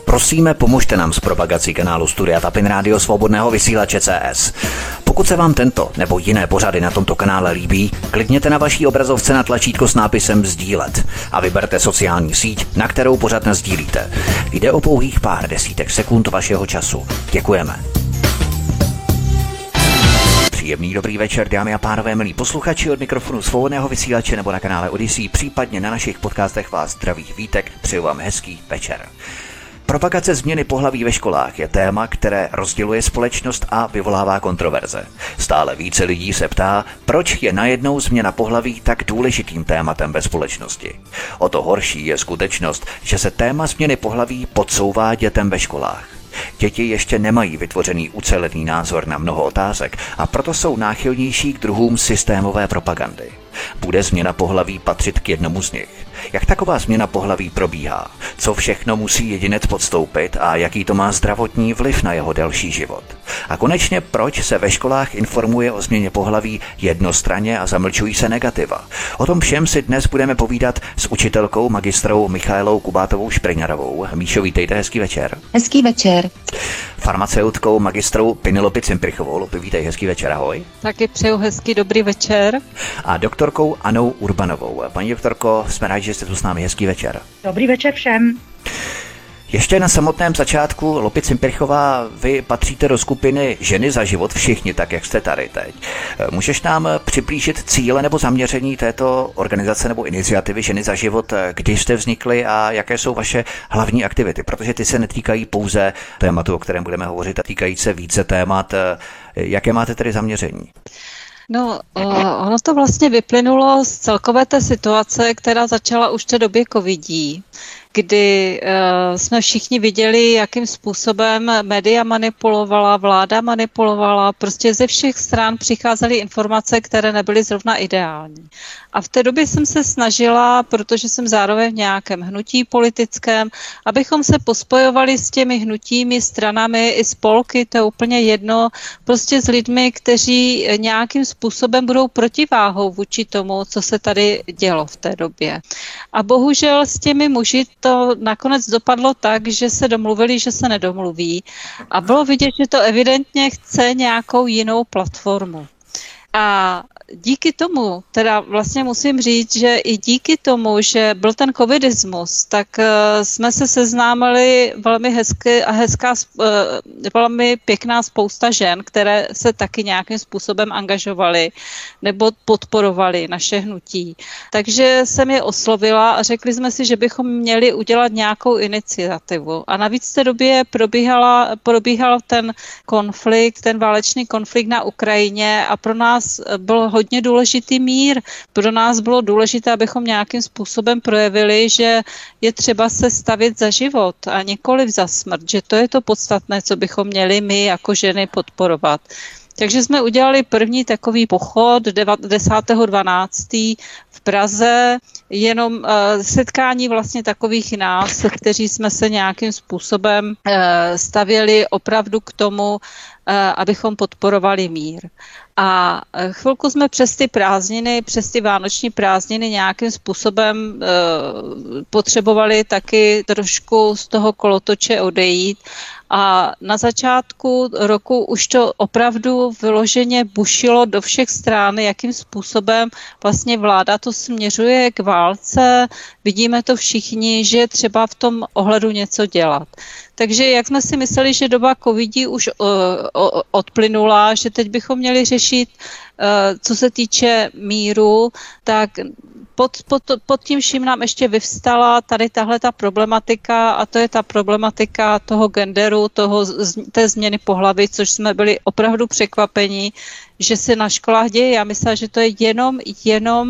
Prosíme, pomožte nám s propagací kanálu Studia Tapin Rádio Svobodného vysílače CS. Pokud se vám tento nebo jiné pořady na tomto kanále líbí, klikněte na vaší obrazovce na tlačítko s nápisem sdílet a vyberte sociální síť, na kterou pořad nasdílíte. Jde o pouhých pár desítek sekund vašeho času. Děkujeme. Příjemný dobrý večer, dámy a pánové, milí posluchači, od mikrofonu Svobodného vysílače nebo na kanále Odyssey, případně na našich podcastech vás zdraví Vítek, přeju vám hezký večer. Propagace změny pohlaví ve školách je téma, které rozděluje společnost a vyvolává kontroverze. Stále více lidí se ptá, proč je najednou změna pohlaví tak důležitým tématem ve společnosti. O to horší je skutečnost, že se téma změny pohlaví podsouvá dětem ve školách. Děti ještě nemají vytvořený ucelený názor na mnoho otázek a proto jsou náchylnější k druhům systémové propagandy. Bude změna pohlaví patřit k jednomu z nich? Jak taková změna pohlaví probíhá? Co všechno musí jedinec podstoupit a jaký to má zdravotní vliv na jeho další život? A konečně, proč se ve školách informuje o změně pohlaví jednostranně a zamlčují se negativa? O tom všem si dnes budeme povídat s učitelkou magistrou Michaelou Kubátovou Špriňarovou. Míšo, vítejte, hezký večer. Hezký večer. Farmaceutkou magistrou Penelopi Cimprichovou. Lupi, vítej, hezký večer, ahoj. Taky přeju hezký dobrý večer. A doktorkou Anou Urbanovou. Paní doktorko, jsme rádi, že jste tu s námi, hezký večer. Dobrý večer všem. Ještě na samotném začátku, Lopi Cimprichová, vy patříte do skupiny Ženy za život všichni, tak jak jste tady teď. Můžeš nám přiblížit cíle nebo zaměření této organizace nebo iniciativy Ženy za život, kdy jste vznikly a jaké jsou vaše hlavní aktivity? Protože ty se netýkají pouze tématu, o kterém budeme hovořit, a týkají se více témat. Jaké máte tedy zaměření? No, ono to vlastně vyplynulo z celkové té situace, která začala už v té době covidí, kdy jsme všichni viděli, jakým způsobem média manipulovala, vláda manipulovala, prostě ze všech stran přicházely informace, které nebyly zrovna ideální. A v té době jsem se snažila, protože jsem zároveň v nějakém hnutí politickém, abychom se pospojovali s těmi hnutími, stranami i spolky, to je úplně jedno, prostě s lidmi, kteří nějakým způsobem budou protiváhou vůči tomu, co se tady dělo v té době. A bohužel s těmi muži to nakonec dopadlo tak, že se domluvili, že se nedomluví. A bylo vidět, že to evidentně chce nějakou jinou platformu. A díky tomu, teda vlastně musím říct, že i díky tomu, že byl ten covidismus, tak jsme se seznámili velmi pěkná spousta žen, které se taky nějakým způsobem angažovaly nebo podporovaly naše hnutí. Takže jsem je oslovila a řekli jsme si, že bychom měli udělat nějakou iniciativu. A navíc v té době probíhal ten konflikt, ten válečný konflikt na Ukrajině a pro nás byl hodně důležitý mír. Pro nás bylo důležité, abychom nějakým způsobem projevili, že je třeba se stavět za život a nikoliv za smrt, že to je to podstatné, co bychom měli my jako ženy podporovat. Takže jsme udělali první takový pochod 10.12. v Praze, jenom setkání vlastně takových nás, kteří jsme se nějakým způsobem stavěli opravdu k tomu, abychom podporovali mír. A chvilku jsme přes ty vánoční prázdniny nějakým způsobem potřebovali taky trošku z toho kolotoče odejít. A na začátku roku už to opravdu vyloženě bušilo do všech stran, jakým způsobem vlastně vláda to směřuje k válce. Vidíme to všichni, že je třeba v tom ohledu něco dělat. Takže jak jsme si mysleli, že doba covidí už odplynula, že teď bychom měli řešit, co se týče míru, tak pod tím vším nám ještě vyvstala tady tahle ta problematika a to je ta problematika toho genderu, té změny pohlaví, což jsme byli opravdu překvapeni, že se na školách děje. Já myslela, že to je jenom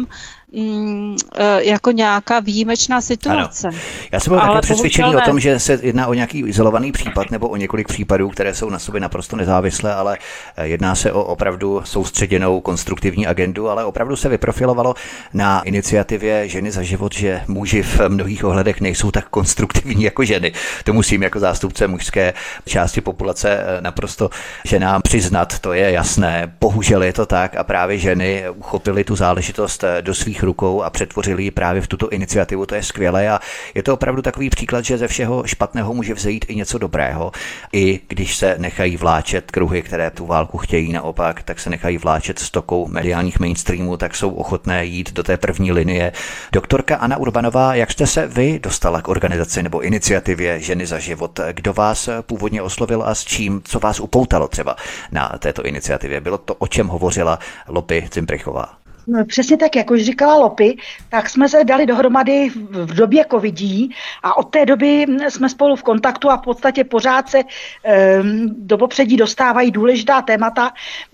jako nějaká výjimečná situace. Ano. Já jsem byl také přesvědčený o tom, že se jedná o nějaký izolovaný případ nebo o několik případů, které jsou na sobě naprosto nezávislé, ale jedná se o opravdu soustředěnou konstruktivní agendu, ale opravdu se vyprofilovalo na iniciativě Ženy za život, že muži v mnohých ohledech nejsou tak konstruktivní jako ženy. To musím jako zástupce mužské části populace naprosto ženám přiznat, to je jasné. Bohužel je to tak a právě ženy uchopily tu záležitost do svých dobrých rukou a přetvořili ji právě v tuto iniciativu. To je skvělé a je to opravdu takový příklad, že ze všeho špatného může vzejít i něco dobrého. I když se nechají vláčet kruhy, které tu válku chtějí naopak, tak se nechají vláčet stokou mediálních mainstreamů, tak jsou ochotné jít do té první linie. Doktorka Anna Urbanová, jak jste se vy dostala k organizaci nebo iniciativě Ženy za život? Kdo vás původně oslovil a s čím, co vás upoutalo třeba na této iniciativě? Bylo to, o čem hovořila Lopy Cimprichová? No, přesně tak, jak už říkala Lopy, tak jsme se dali dohromady v době covidí a od té doby jsme spolu v kontaktu a v podstatě pořád se do popředí dostávají důležitá témata,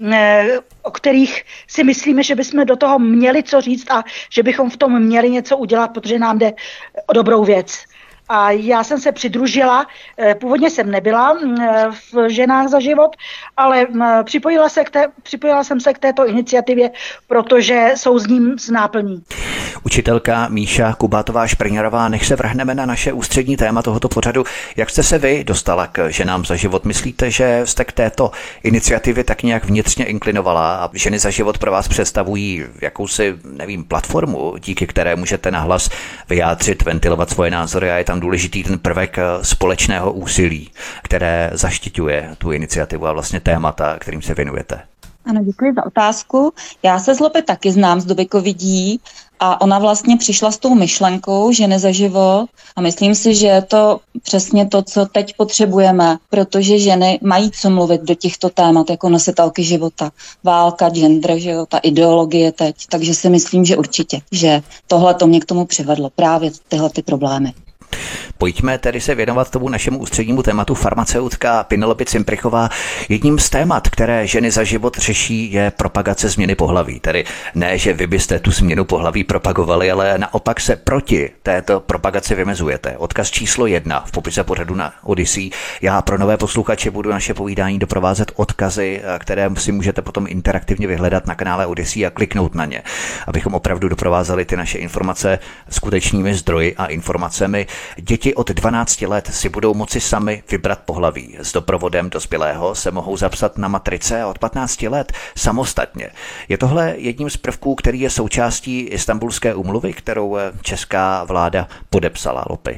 o kterých si myslíme, že bychom do toho měli co říct a že bychom v tom měli něco udělat, protože nám jde o dobrou věc. A já jsem se přidružila, původně jsem nebyla v Ženách za život, ale připojila jsem se k této iniciativě, protože jsou s ním s náplní. Učitelka Míša Kubátová-Šprňarová, než se vrhneme na naše ústřední téma tohoto pořadu, jak jste se vy dostala k Ženám za život? Myslíte, že jste k této iniciativě tak nějak vnitřně inklinovala a Ženy za život pro vás představují jakousi, platformu, díky které můžete nahlas vyjádřit, ventilovat svoje názory a je tam důležitý ten prvek společného úsilí, které zaštiťuje tu iniciativu a vlastně témata, kterým se věnujete? Ano, děkuji za otázku. Já se s Lopy taky znám z doby covidí a ona vlastně přišla s tou myšlenkou Ženy za život a myslím si, že je to přesně to, co teď potřebujeme, protože ženy mají co mluvit do těchto témat jako nositelky života. Válka, gender, života, ideologie teď, takže si myslím, že určitě, že tohle to mě k tomu přivedlo, právě tyhle ty problémy. Pojďme tedy se věnovat tomu našemu ústřednímu tématu. Farmaceutka Lopy Cimprichová. Jedním z témat, které Ženy za život řeší, je propagace změny pohlaví. Tedy ne, že vy byste tu změnu pohlaví propagovali, ale naopak se proti této propagaci vymezujete. Odkaz číslo 1 v popise pořadu na Odyssey. Já pro nové posluchače budu naše povídání doprovázet odkazy, které si můžete potom interaktivně vyhledat na kanále Odyssey a kliknout na ně, abychom opravdu doprovázeli ty naše informace skutečnými zdroji a informacemi. Děti od 12 let si budou moci sami vybrat pohlaví. S doprovodem dospělého se mohou zapsat na matrice a od 15 let samostatně. Je tohle jedním z prvků, který je součástí Istanbulské úmluvy, kterou česká vláda podepsala, Lopy?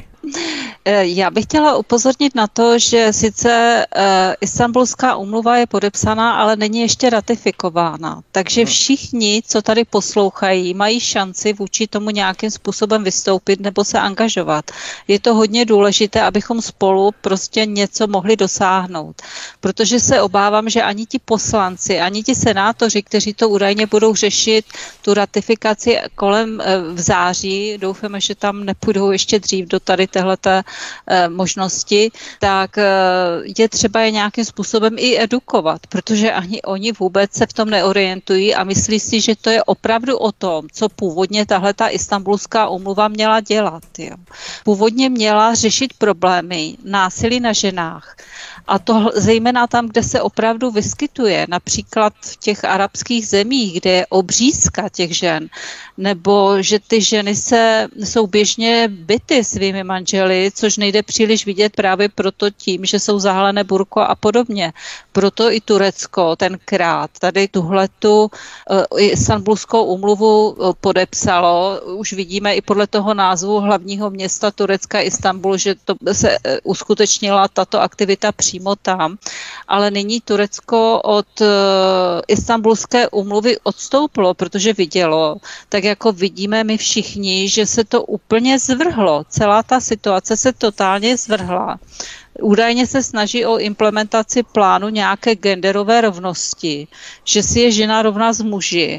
Já bych chtěla upozornit na to, že sice Istanbulská úmluva je podepsaná, ale není ještě ratifikována. Takže všichni, co tady poslouchají, mají šanci vůči tomu nějakým způsobem vystoupit nebo se angažovat. Je to hodně důležité, abychom spolu prostě něco mohli dosáhnout. Protože se obávám, že ani ti poslanci, ani ti senátoři, kteří to údajně budou řešit, tu ratifikaci kolem v září, doufáme, že tam nepůjdou ještě dřív do tady téhleté možnosti, tak je třeba je nějakým způsobem i edukovat, protože ani oni vůbec se v tom neorientují a myslí si, že to je opravdu o tom, co původně tahleta Istanbulská úmluva měla dělat. Jo. Původně měla řešit problémy násilí na ženách. A to zejména tam, kde se opravdu vyskytuje, například v těch arabských zemích, kde je obřízka těch žen, nebo že ty ženy jsou běžně bity svými manželi, což nejde příliš vidět právě proto tím, že jsou zahalené burko a podobně. Proto i Turecko tenkrát tady tuhletu Istanbulskou úmluvu podepsalo. Už vidíme i podle toho názvu hlavního města Turecka Istanbul, že to se uskutečnila tato aktivita přímo tam. Ale nyní Turecko od Istanbulské úmluvy odstoupilo, protože vidělo, tak jako vidíme my všichni, že se to úplně zvrhlo. Celá ta situace se totálně zvrhla. Údajně se snaží o implementaci plánu nějaké genderové rovnosti, že si je žena rovná s muži,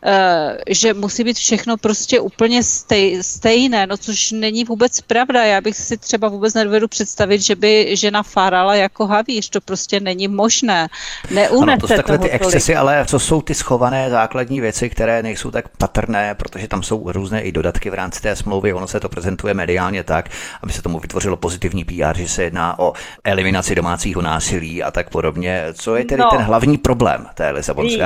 že musí být všechno prostě úplně stejné, no což není vůbec pravda. Já bych si třeba vůbec nedovedu představit, že by žena fárala jako havíř, to prostě není možné. Neunese to jsou takové ty excesy, ale co jsou ty schované základní věci, které nejsou tak patrné, protože tam jsou různé i dodatky v rámci té smlouvy, ono se to prezentuje mediálně tak, aby se tomu vytvořilo pozitivní PR, že se jedná o eliminaci domácího násilí a tak podobně. Co je tedy ten hlavní problém té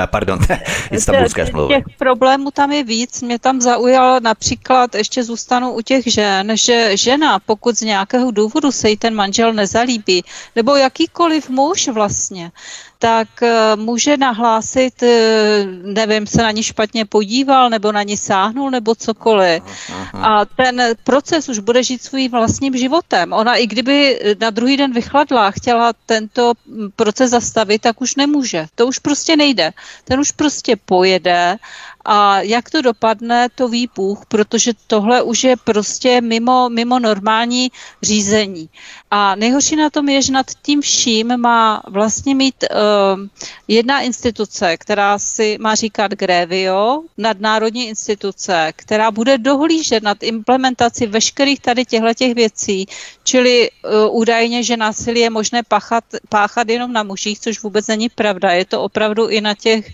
Istanbulské smlouvy? Těch problémů tam je víc. Mě tam zaujalo například, ještě zůstanu u těch žen, že žena, pokud z nějakého důvodu se jí ten manžel nezalíbí, nebo jakýkoliv muž vlastně, tak může nahlásit, nevím, se na ní špatně podíval, nebo na ní sáhnul, nebo cokoliv. A ten proces už bude žít svým vlastním životem. Ona i kdyby na druhý den vychladla, chtěla tento proces zastavit, tak už nemůže. To už prostě nejde. Ten už prostě pojede a jak to dopadne, to ví Bůh, protože tohle už je prostě mimo normální řízení. A nejhorší na tom je, že nad tím vším má vlastně mít jedna instituce, která si má říkat Grevio, nadnárodní instituce, která bude dohlížet nad implementací veškerých tady těchto věcí, čili údajně, že násilí je možné páchat jenom na mužích, což vůbec není pravda. Je to opravdu i na těch,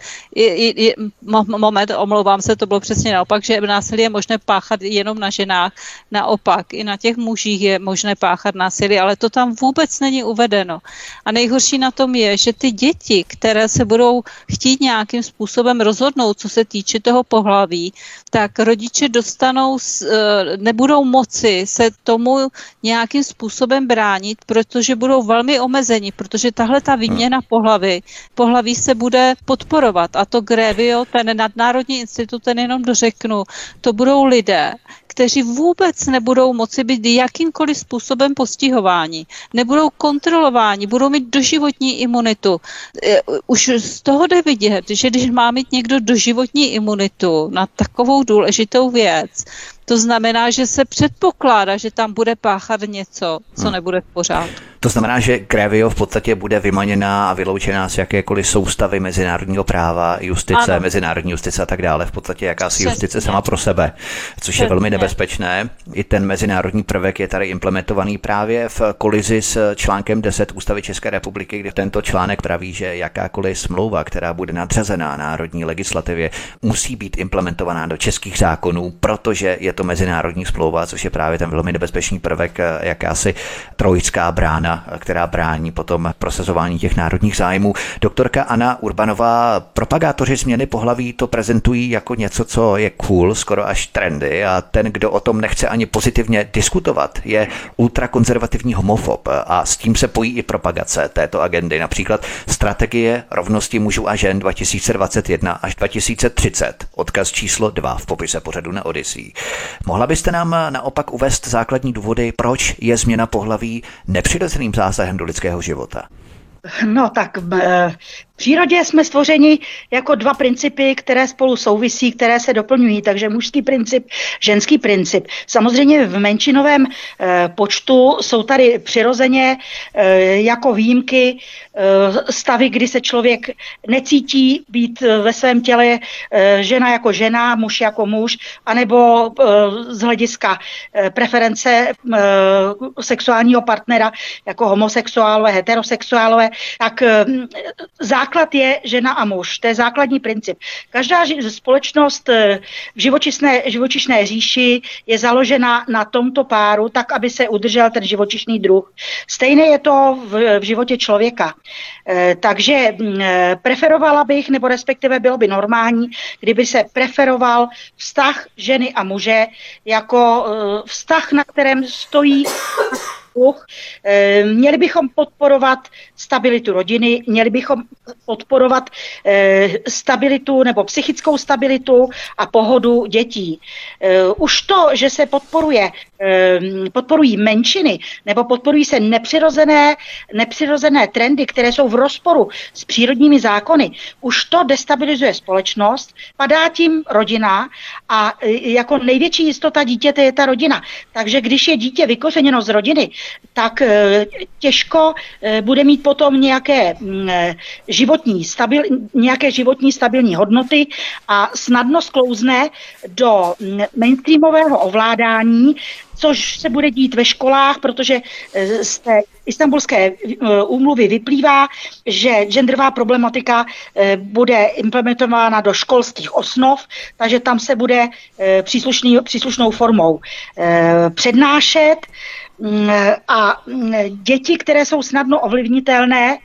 omlouvám se, to bylo přesně naopak, že násilí je možné páchat jenom na ženách, naopak i na těch mužích je možné páchat násilí, ale to tam vůbec není uvedeno. A nejhorší na tom je, že ty děti, které se budou chtít nějakým způsobem rozhodnout, co se týče toho pohlaví, tak rodiče nebudou moci se tomu nějakým způsobem bránit, protože budou velmi omezeni, protože tahle ta výměna pohlaví se bude podporovat. A to Grevio, ten nadnárodní institut, ten jenom dořeknu, to budou lidé, kteří vůbec nebudou moci být jakýmkoliv způsobem postihováni, nebudou kontrolováni, budou mít doživotní imunitu. Už z toho jde vidět, že když má mít někdo doživotní imunitu na takovou důležitou věc, to znamená, že se předpokládá, že tam bude páchat něco, co nebude v pořádku. To znamená, že Grevio v podstatě bude vymaněná a vyloučená z jakékoliv soustavy mezinárodního práva, justice, mezinárodní justice a tak dále. V podstatě jakási justice sama pro sebe, což je velmi nebezpečné. I ten mezinárodní prvek je tady implementovaný právě v kolizi s článkem 10 Ústavy České republiky, kde tento článek praví, že jakákoliv smlouva, která bude nadřazená národní legislativě, musí být implementovaná do českých zákonů, protože je to mezinárodní smlouva, což je právě ten velmi nebezpečný prvek, jakási trojská brána, která brání potom prosazování těch národních zájmů. Doktorka Anna Urbanová, propagátoři změny pohlaví to prezentují jako něco, co je cool, skoro až trendy, a ten, kdo o tom nechce ani pozitivně diskutovat, je ultrakonzervativní homofob a s tím se pojí i propagace této agendy, například strategie rovnosti mužů a žen 2021 až 2030, odkaz číslo 2 v popise pořadu na Odyssey. Mohla byste nám naopak uvést základní důvody, proč je změna pohlaví nepřirozeným zásahem do lidského života? No tak v přírodě jsme stvořeni jako dva principy, které spolu souvisí, které se doplňují, takže mužský princip, ženský princip. Samozřejmě v menšinovém počtu jsou tady přirozeně jako výjimky stavy, kdy se člověk necítí být ve svém těle žena jako žena, muž jako muž, anebo z hlediska preference sexuálního partnera jako homosexuálové, heterosexuálové, tak základ je žena a muž. To je základní princip. Každá společnost v živočišné říši je založena na tomto páru, tak, aby se udržel ten živočišný druh. Stejné je to v životě člověka. Takže preferovala bych, nebo respektive bylo by normální, kdyby se preferoval vztah ženy a muže jako vztah, na kterém stojí Měli bychom podporovat stabilitu rodiny, měli bychom podporovat stabilitu nebo psychickou stabilitu a pohodu dětí. Už to, že se podporují menšiny nebo podporují se nepřirozené trendy, které jsou v rozporu s přírodními zákony, už to destabilizuje společnost, padá tím rodina a jako největší jistota dítěte je ta rodina. Takže když je dítě vykořeněno z rodiny, tak těžko bude mít potom nějaké životní stabilní hodnoty a snadno sklouzne do mainstreamového ovládání, což se bude dít ve školách, protože z té Istanbulské úmluvy vyplývá, že genderová problematika bude implementována do školských osnov, takže tam se bude příslušnou formou přednášet a děti, které jsou snadno ovlivnitelné,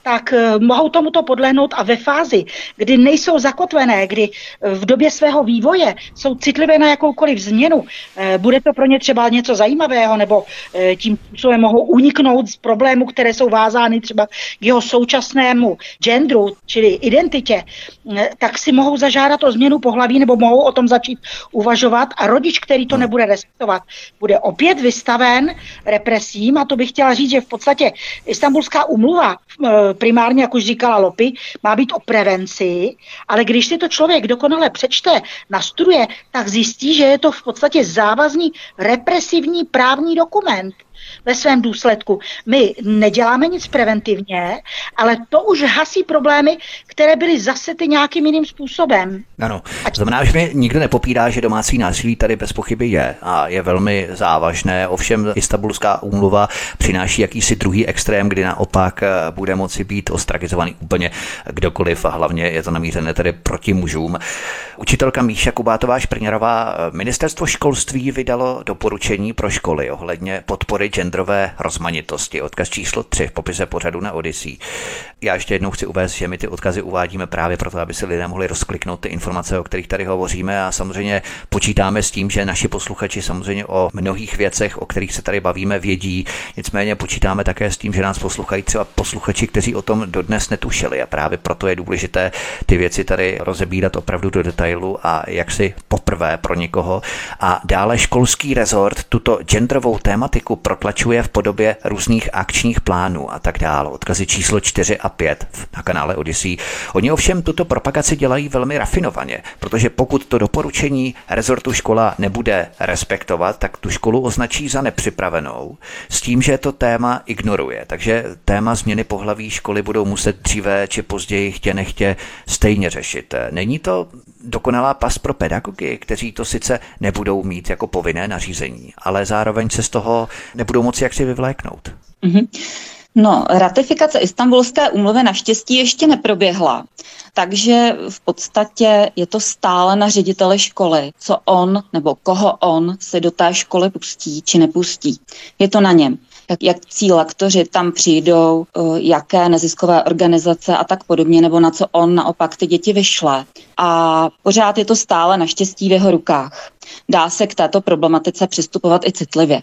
tak mohou tomuto podlehnout a ve fázi, kdy nejsou zakotvené, kdy v době svého vývoje jsou citlivé na jakoukoliv změnu, bude to pro ně třeba něco zajímavého, nebo tím způsobem mohou uniknout z problémů, které jsou vázány třeba k jeho současnému genderu, čili identitě, tak si mohou zažádat o změnu pohlaví nebo mohou o tom začít uvažovat a rodič, který to nebude respektovat, bude opět vystaven represím a to bych chtěla říct, že v podstatě Istanbulská úmluva primárně, jak už říkala Lopi, má být o prevenci, ale když si to člověk dokonale přečte, nastuduje, tak zjistí, že je to v podstatě závazný represivní právní dokument ve svém důsledku. My neděláme nic preventivně, ale to už hasí problémy, které byly zasety nějakým jiným způsobem. Ano, to znamená, že mi nikdo nepopírá, že domácí násilí tady bez pochyby je a je velmi závažné. Ovšem Istanbulská úmluva přináší jakýsi druhý extrém, kdy naopak bude moci být ostrakizovaný úplně kdokoliv a hlavně je to namířené tedy proti mužům. Učitelka Míša Kubátová-Šprňarová, ministerstvo školství vydalo doporučení pro školy ohledně podpory genderové rozmanitosti. Odkaz číslo 3 v popise pořadu na Odyssey. Já ještě jednou chci uvést, že my ty odkazy uvádíme právě proto, aby si lidé mohli rozkliknout ty informace, o kterých tady hovoříme a samozřejmě počítáme s tím, že naši posluchači samozřejmě o mnohých věcech, o kterých se tady bavíme, vědí. Nicméně počítáme také s tím, že nás poslouchají třeba posluchači, kteří o tom dodnes netušili a právě proto je důležité ty věci tady rozebírat opravdu do detailu a jaksi poprvé pro někoho. A dále školský rezort tuto genderovou tématiku protlačuje v podobě různých akčních plánů a tak dále. Odkazy číslo 4 a 5 na kanále Odyssey. Oni ovšem tuto propagaci dělají velmi rafinovaně, protože pokud to doporučení rezortu škola nebude respektovat, tak tu školu označí za nepřipravenou s tím, že to téma ignoruje. Takže téma změny pohlaví školy budou muset dříve či později chtě nechtě stejně řešit. Není to dokonalá past pro pedagogy, kteří to sice nebudou mít jako povinné nařízení, ale zároveň se z toho nebudou moci jaksi vyvléknout? Mm-hmm. No, ratifikace Istanbulské úmluvy naštěstí ještě neproběhla, takže v podstatě je to stále na řediteli školy, co on nebo koho on se do té školy pustí či nepustí. Je to na něm. Jak cílaktoři tam přijdou, jaké neziskové organizace a tak podobně, nebo na co on naopak ty děti vyšle. A pořád je to stále naštěstí v jeho rukách. Dá se k této problematice přistupovat i citlivě.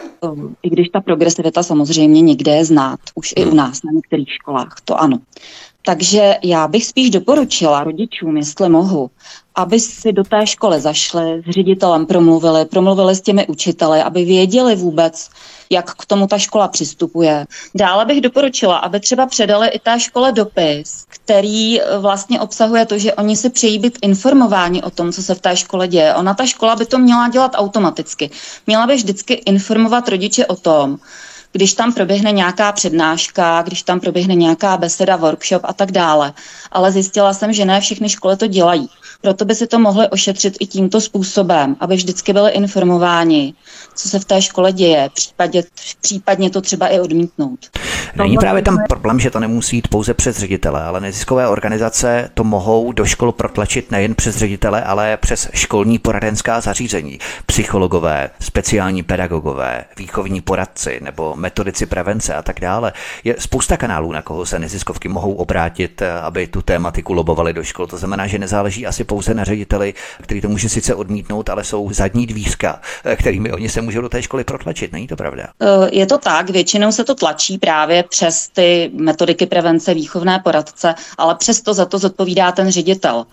I když ta progresivita samozřejmě někde je znát, už i u nás na některých školách, to ano. Takže já bych spíš doporučila rodičům, jestli mohu, aby si do té školy zašli, s ředitelem promluvili s těmi učiteli, aby věděli vůbec, jak k tomu ta škola přistupuje. Dále bych doporučila, aby třeba předali i té škole dopis, který vlastně obsahuje to, že oni si přejí být informováni o tom, co se v té škole děje. Ona ta škola by to měla dělat automaticky. Měla by vždycky informovat rodiče o tom, když tam proběhne nějaká přednáška, když tam proběhne nějaká beseda, workshop a tak dále. Ale zjistila jsem, že ne všechny školy to dělají. Proto by si to mohli ošetřit i tímto způsobem, aby vždycky byli informováni, co se v té škole děje, případně to třeba i odmítnout. Není právě tam problém, že to nemusí jít pouze přes ředitele, ale neziskové organizace to mohou do škol protlačit nejen přes ředitele, ale přes školní poradenská zařízení, psychologové, speciální pedagogové, výchovní poradci nebo metodici prevence a tak dále. Je spousta kanálů, na koho se neziskovky mohou obrátit, aby tu tématiku lobovali do škol. To znamená, že nezáleží asi pouze na řediteli, který to může sice odmítnout, ale jsou zadní dvířka, kterými oni se můžou do té školy protlačit. Není to pravda? Je to tak, většinou se to tlačí právě přes ty metodiky prevence, výchovné poradce, ale přesto za to zodpovídá ten ředitel.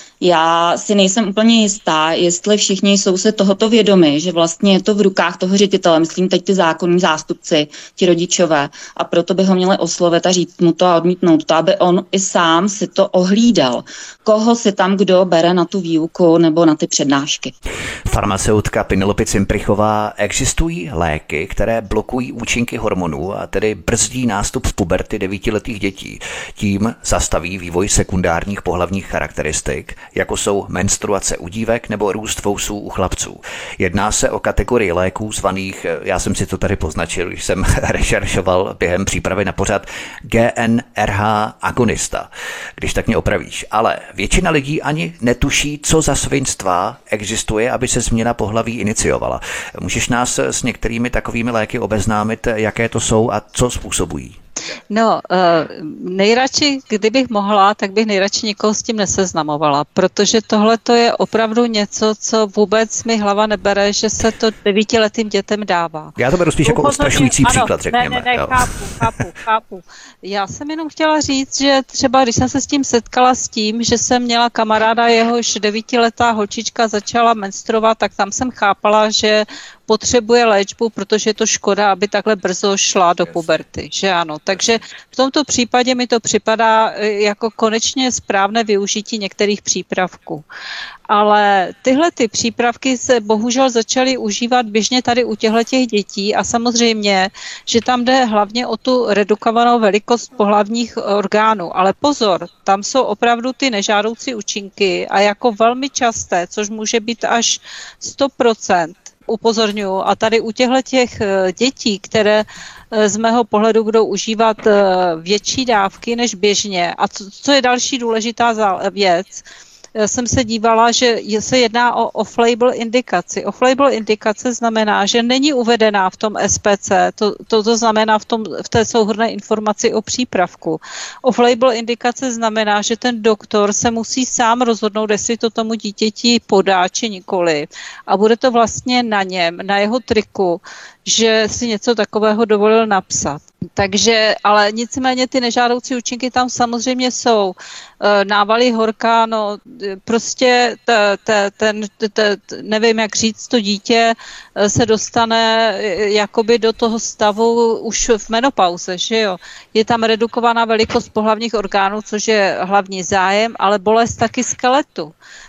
Já si nejsem úplně jistá, jestli všichni jsou se tohoto vědomi, že vlastně je to v rukách toho ředitele, myslím teď ty zákonní zástupci, ti rodičové, a proto by ho měli oslovit a říct mu to a odmítnout to, aby on i sám si to ohlídal, koho si tam kdo bere na tu výuku nebo na ty přednášky. Farmaceutka Penelope Cimprichová, existují léky, které blokují účinky hormonů a tedy brzdí nástup v puberty 9letých dětí. Tím zastaví vývoj sekundárních pohlavních charakteristik, jako jsou menstruace u dívek nebo růst vousů u chlapců. Jedná se o kategorii léků zvaných, já jsem si to tady poznačil, když jsem rešeršoval během přípravy na pořad, GnRH agonista, když tak mě opravíš. Ale většina lidí ani netuší, co za svinstva existuje, aby se změna pohlaví iniciovala. Můžeš nás s některými takovými léky obeznámit, jaké to jsou a co způsobují? No, nejradši, kdybych mohla, tak bych nejradši nikoho s tím neseznamovala, protože tohle to je opravdu něco, co vůbec mi hlava nebere, že se to 9letým dětem dává. Já to beru spíš jako odstrašující příklad, řekněme. Ne, chápu. Já jsem jenom chtěla říct, že třeba když jsem se s tím setkala s tím, že jsem měla kamaráda, jehož 9letá holčička začala menstruovat, tak tam jsem chápala, že potřebuje léčbu, protože je to škoda, aby takhle brzo šla do puberty, že ano. Takže v tomto případě mi to připadá jako konečně správné využití některých přípravků. Ale tyhle ty přípravky se bohužel začaly užívat běžně tady u těchto dětí a samozřejmě, že tam jde hlavně o tu redukovanou velikost pohlavních orgánů. Ale pozor, tam jsou opravdu ty nežádoucí účinky a jako velmi časté, což může být až 100%, upozorňuji. A tady u těchto dětí, které z mého pohledu budou užívat větší dávky než běžně. A co je další důležitá věc, jsem se dívala, že se jedná o off-label indikaci. Off-label indikace znamená, že není uvedená v tom SPC, to znamená v té souhrnné informaci o přípravku. Off-label indikace znamená, že ten doktor se musí sám rozhodnout, jestli to tomu dítěti podá či nikoli. A bude to vlastně na něm, na jeho triku, že si něco takového dovolil napsat. Takže, ale nicméně ty nežádoucí účinky tam samozřejmě jsou. Návaly horka, no prostě nevím, jak říct, to dítě se dostane jakoby do toho stavu už v menopauze, že jo. Je tam redukovaná velikost pohlavních orgánů, což je hlavní zájem, ale bolest taky skeletu.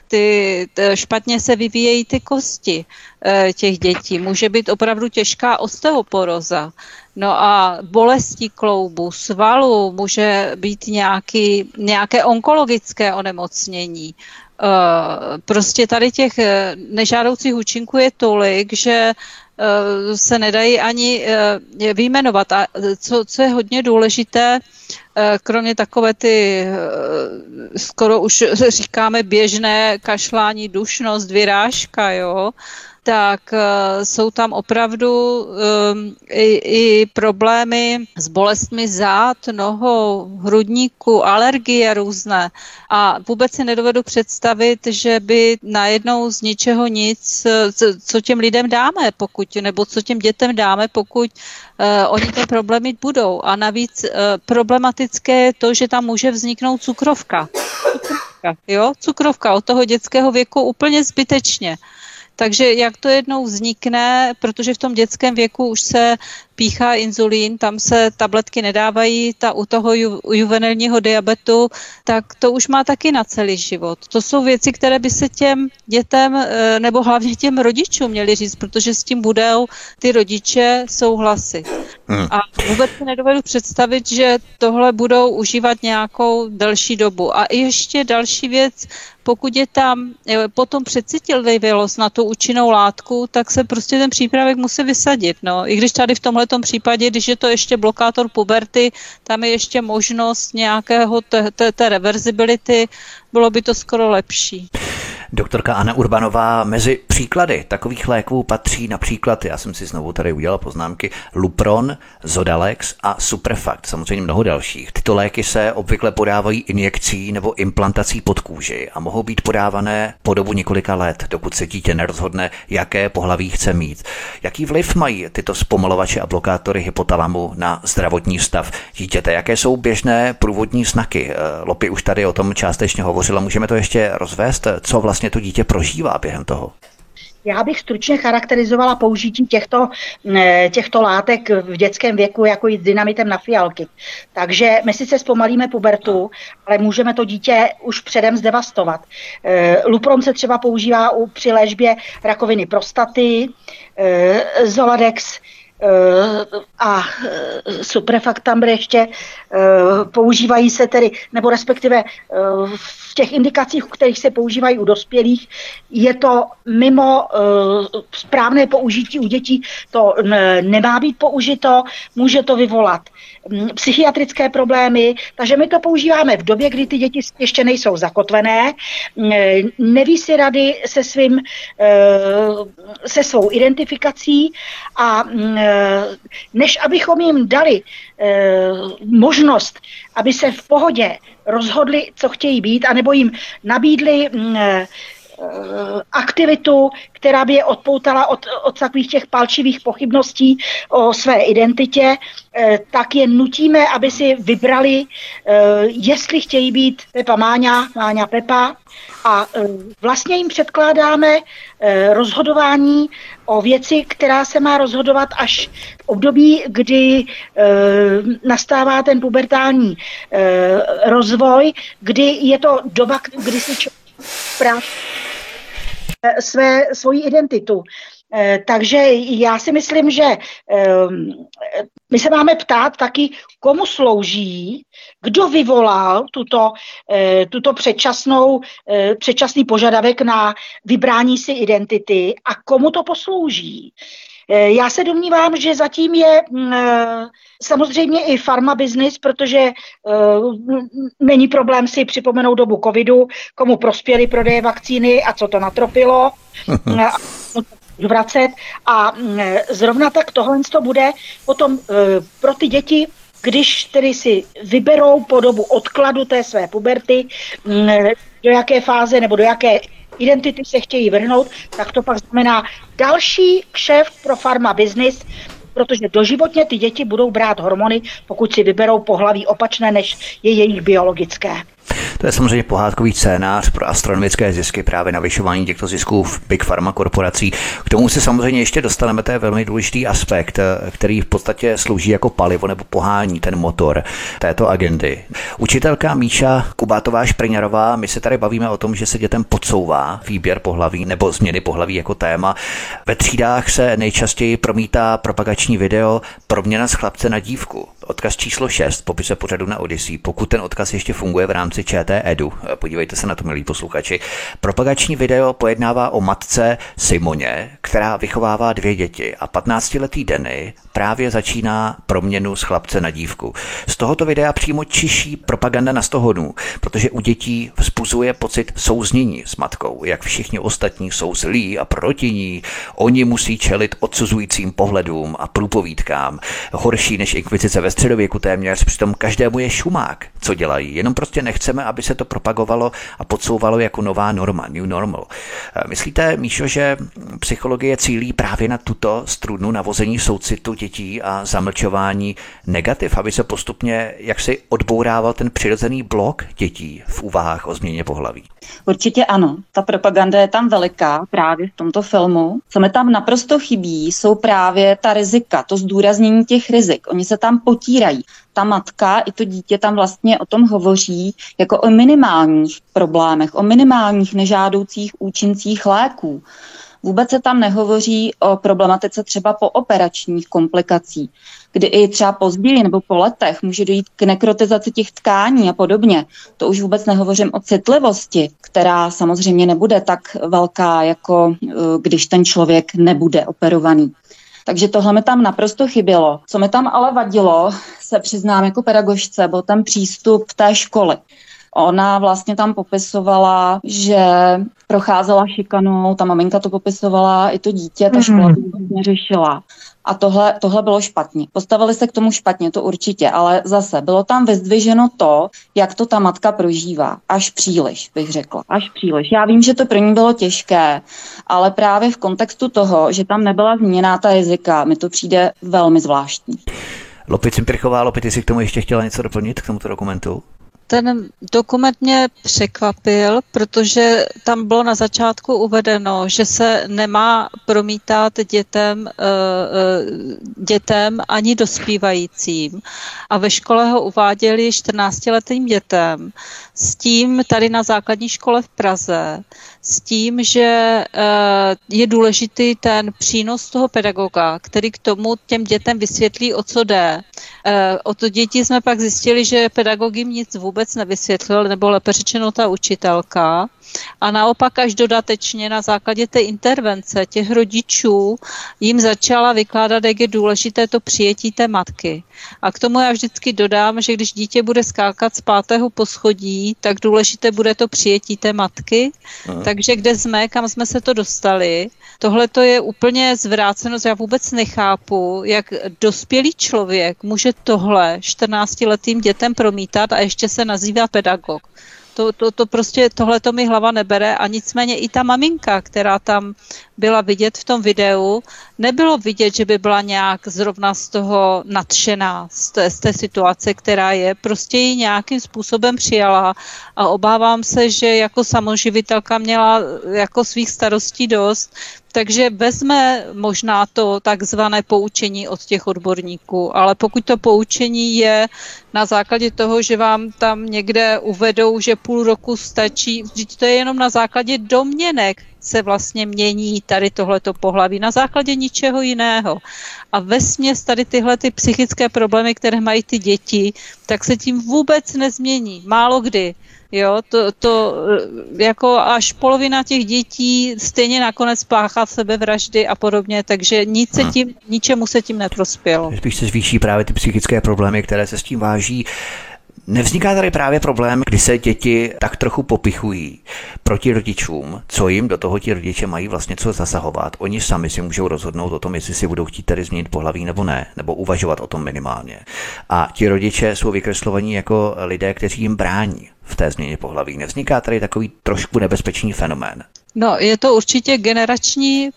Špatně se vyvíjejí ty kosti těch dětí. Může být opravdu těžká osteoporóza. No a bolesti kloubu, svalu, může být nějaké onkologické onemocnění. Prostě tady těch nežádoucích účinků je tolik, že se nedají ani vyjmenovat. A co je hodně důležité, kromě takové ty, skoro už říkáme běžné kašlání, dušnost, vyrážka, jo, tak jsou tam opravdu i problémy s bolestmi zád, nohou, hrudníku, alergie různé. A vůbec si nedovedu představit, že by najednou z ničeho nic, co těm lidem dáme, nebo co těm dětem dáme, pokud oni ten problém mít budou. A navíc problematické je to, že tam může vzniknout cukrovka. Cukrovka od toho dětského věku úplně zbytečně. Takže jak to jednou vznikne, protože v tom dětském věku už se píchá inzulín, tam se tabletky nedávají, u toho juvenilního diabetu, tak to už má taky na celý život. To jsou věci, které by se těm dětem, nebo hlavně těm rodičům měli říct, protože s tím budou ty rodiče souhlasit. A vůbec si nedovedu představit, že tohle budou užívat nějakou delší dobu. A ještě další věc, pokud je tam potom přecitlivělost na tu účinnou látku, tak se prostě ten přípravek musí vysadit. No. I když tady v tomhletom případě, když je to ještě blokátor puberty, tam je ještě možnost nějakého té reverzibility, bylo by to skoro lepší. Doktorka Anna Urbanová, mezi příklady takových léků patří například, já jsem si znovu tady udělal poznámky, Lupron, Zodalex a Suprafakt, samozřejmě mnoho dalších. Tyto léky se obvykle podávají injekcí nebo implantací pod kůži a mohou být podávané po dobu několika let, dokud se dítě nerozhodne, jaké pohlaví chce mít. Jaký vliv mají tyto zpomalovače a blokátory hypotalamu na zdravotní stav dítěte? Jaké jsou běžné průvodní znaky? Lopi už tady o tom částečně hovořila, můžeme to ještě rozvést, co vlastně to dítě prožívá během toho? Já bych stručně charakterizovala použití těchto látek v dětském věku jako jít s dynamitem na fialky. Takže my sice zpomalíme pubertu, ale můžeme to dítě už předem zdevastovat. Lupron se třeba používá při léčbě rakoviny prostaty, Zoladex a Suprafakt tam ještě používají se tedy, nebo respektive těch indikacích, kterých se používají u dospělých, je to mimo správné použití u dětí, to nemá být použito, může to vyvolat psychiatrické problémy, takže my to používáme v době, kdy ty děti ještě nejsou zakotvené, neví si rady se svou identifikací a než abychom jim dali možnost, aby se v pohodě rozhodli, co chtějí být, anebo jim nabídli aktivitu, která by je odpoutala od takových těch palčivých pochybností o své identitě, tak je nutíme, aby si vybrali, jestli chtějí být Pepa Máňa, Máňa Pepa, a vlastně jim předkládáme rozhodování o věci, která se má rozhodovat až v období, kdy nastává ten pubertální rozvoj, kdy je to doba, kdy si člověk svoji identitu. Takže já si myslím, že my se máme ptát taky, komu slouží, kdo vyvolal tuto předčasný požadavek na vybrání si identity a komu to poslouží. Já se domnívám, že zatím je samozřejmě i pharma business, protože není problém si připomenout dobu covidu, komu prospěly prodeje vakcíny a co to natropilo, vracet. A zrovna tak tohle to bude potom pro ty děti, když tedy si vyberou po dobu odkladu té své puberty, do jaké fáze nebo do jaké identity se chtějí vrhnout, tak to pak znamená další kšeft pro pharma business, protože doživotně ty děti budou brát hormony, pokud si vyberou pohlaví opačné, než je jejich biologické. To je samozřejmě pohádkový scénář pro astronomické zisky, právě navyšování těchto zisků v Big Pharma korporací. K tomu se samozřejmě ještě dostaneme, to je velmi důležitý aspekt, který v podstatě slouží jako palivo nebo pohání ten motor této agendy. Učitelka Míša Kubátová-Špriňarová, my se tady bavíme o tom, že se dětem podsouvá výběr pohlaví nebo změny pohlaví jako téma. Ve třídách se nejčastěji promítá propagační video Proměna z chlapce na dívku. Odkaz číslo 6 v popise pořadu na Odyssey. Pokud ten odkaz ještě funguje v rámci ČT Edu, podívejte se na to, milí posluchači. Propagační video pojednává o matce Simoně, která vychovává 2 děti a 15letý Denny právě začíná proměnu z chlapce na dívku. Z tohoto videa přímo čiší propaganda na 100 hodů, protože u dětí vzbuzuje pocit souznění s matkou, jak všichni ostatní jsou zlí a proti ní. Oni musí čelit odsuzujícím pohledům a průpovídkám. Horší než inkvizice ve středověku téměř, přitom každému je šumák, co dělají. Jenom prostě nechceme, aby se to propagovalo a podsouvalo jako nová norma, new normal. Myslíte, Míšo, že psychologie cílí právě na tuto strunu navození soucitu dětí a zamlčování negativ, aby se postupně jaksi odbourával ten přirozený blok dětí v úvahách o změně pohlaví? Určitě ano. Ta propaganda je tam veliká právě v tomto filmu. Co mi tam naprosto chybí, jsou právě ta rizika, to zdůraznění těch rizik. Oni se tam potírají. Ta matka i to dítě tam vlastně o tom hovoří jako o minimálních problémech, o minimálních nežádoucích účincích léků. Vůbec se tam nehovoří o problematice třeba pooperačních komplikací, kdy i třeba později nebo po letech může dojít k nekrotizaci těch tkání a podobně. To už vůbec nehovořím o citlivosti, která samozřejmě nebude tak velká, jako když ten člověk nebude operovaný. Takže tohle mi tam naprosto chybělo. Co mi tam ale vadilo, se přiznám jako pedagožce, byl ten přístup té školy. Ona vlastně tam popisovala, že procházela šikanou, ta maminka to popisovala, i to dítě, ta škola to neřešila. A tohle bylo špatně. Postavili se k tomu špatně, to určitě, ale zase bylo tam vyzdviženo to, jak to ta matka prožívá. Až příliš, bych řekla. Až příliš. Já vím, že to pro ní bylo těžké, ale právě v kontextu toho, že tam nebyla zmíněná ta rizika, mi to přijde velmi zvláštní. Lopi Cimprichová, ty jsi k tomu ještě chtěla něco doplnit, k tomuto dokumentu? Ten dokument mě překvapil, protože tam bylo na začátku uvedeno, že se nemá promítat dětem ani dospívajícím. A ve škole ho uváděli 14letým dětem. S tím tady na základní škole v Praze s tím, že je důležitý ten přínos toho pedagoga, který k tomu těm dětem vysvětlí, o co jde. O to děti jsme pak zjistili, že pedagog jim nic vůbec nevysvětlil, nebo lépe řečeno ta učitelka. A naopak až dodatečně na základě té intervence těch rodičů jim začala vykládat, jak je důležité to přijetí té matky. A k tomu já vždycky dodám, že když dítě bude skákat z 5. poschodí, tak důležité bude to přijetí té matky. Takže kde jsme, kam jsme se to dostali, tohle to je úplně zvrácenost. Já vůbec nechápu, jak dospělý člověk může tohle 14letým dětem promítat a ještě se nazývá pedagog. To prostě, tohleto mi hlava nebere a nicméně i ta maminka, která tam byla vidět v tom videu, nebylo vidět, že by byla nějak zrovna z toho nadšená, z té situace, která je. Prostě ji nějakým způsobem přijala a obávám se, že jako samoživitelka měla jako svých starostí dost, takže vezme možná to takzvané poučení od těch odborníků, ale pokud to poučení je na základě toho, že vám tam někde uvedou, že půl roku stačí, vždyť to je jenom na základě domněnek, se vlastně mění tady tohleto pohlaví na základě ničeho jiného. A vesměs tady tyhle ty psychické problémy, které mají ty děti, tak se tím vůbec nezmění. Málo kdy. Jo, to jako až polovina těch dětí stejně nakonec páchá sebevraždy a podobně, takže ničemu se tím neprospělo. Spíš se zvýší právě ty psychické problémy, které se s tím váží. Nevzniká tady právě problém, kdy se děti tak trochu popichují proti rodičům, co jim do toho ti rodiče mají vlastně co zasahovat. Oni sami si můžou rozhodnout o tom, jestli si budou chtít tady změnit pohlaví nebo ne, nebo uvažovat o tom minimálně. A ti rodiče jsou vykreslovaní jako lidé, kteří jim brání v té změně pohlaví. Nevzniká tady takový trošku nebezpečný fenomén? No, je to určitě generační,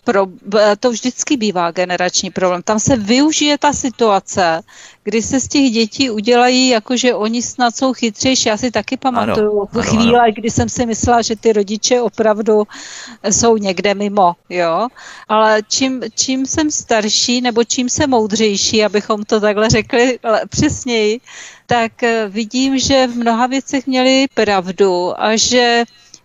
to vždycky bývá generační problém. Tam se využije ta situace, kdy se z těch dětí udělají, jakože oni snad jsou chytřejší. Já si taky pamatuju chvíle, kdy jsem si myslela, že ty rodiče opravdu jsou někde mimo, jo. Ale čím jsem starší, nebo čím jsem moudřejší, abychom to takhle řekli přesněji, tak vidím, že v mnoha věcech měli pravdu a že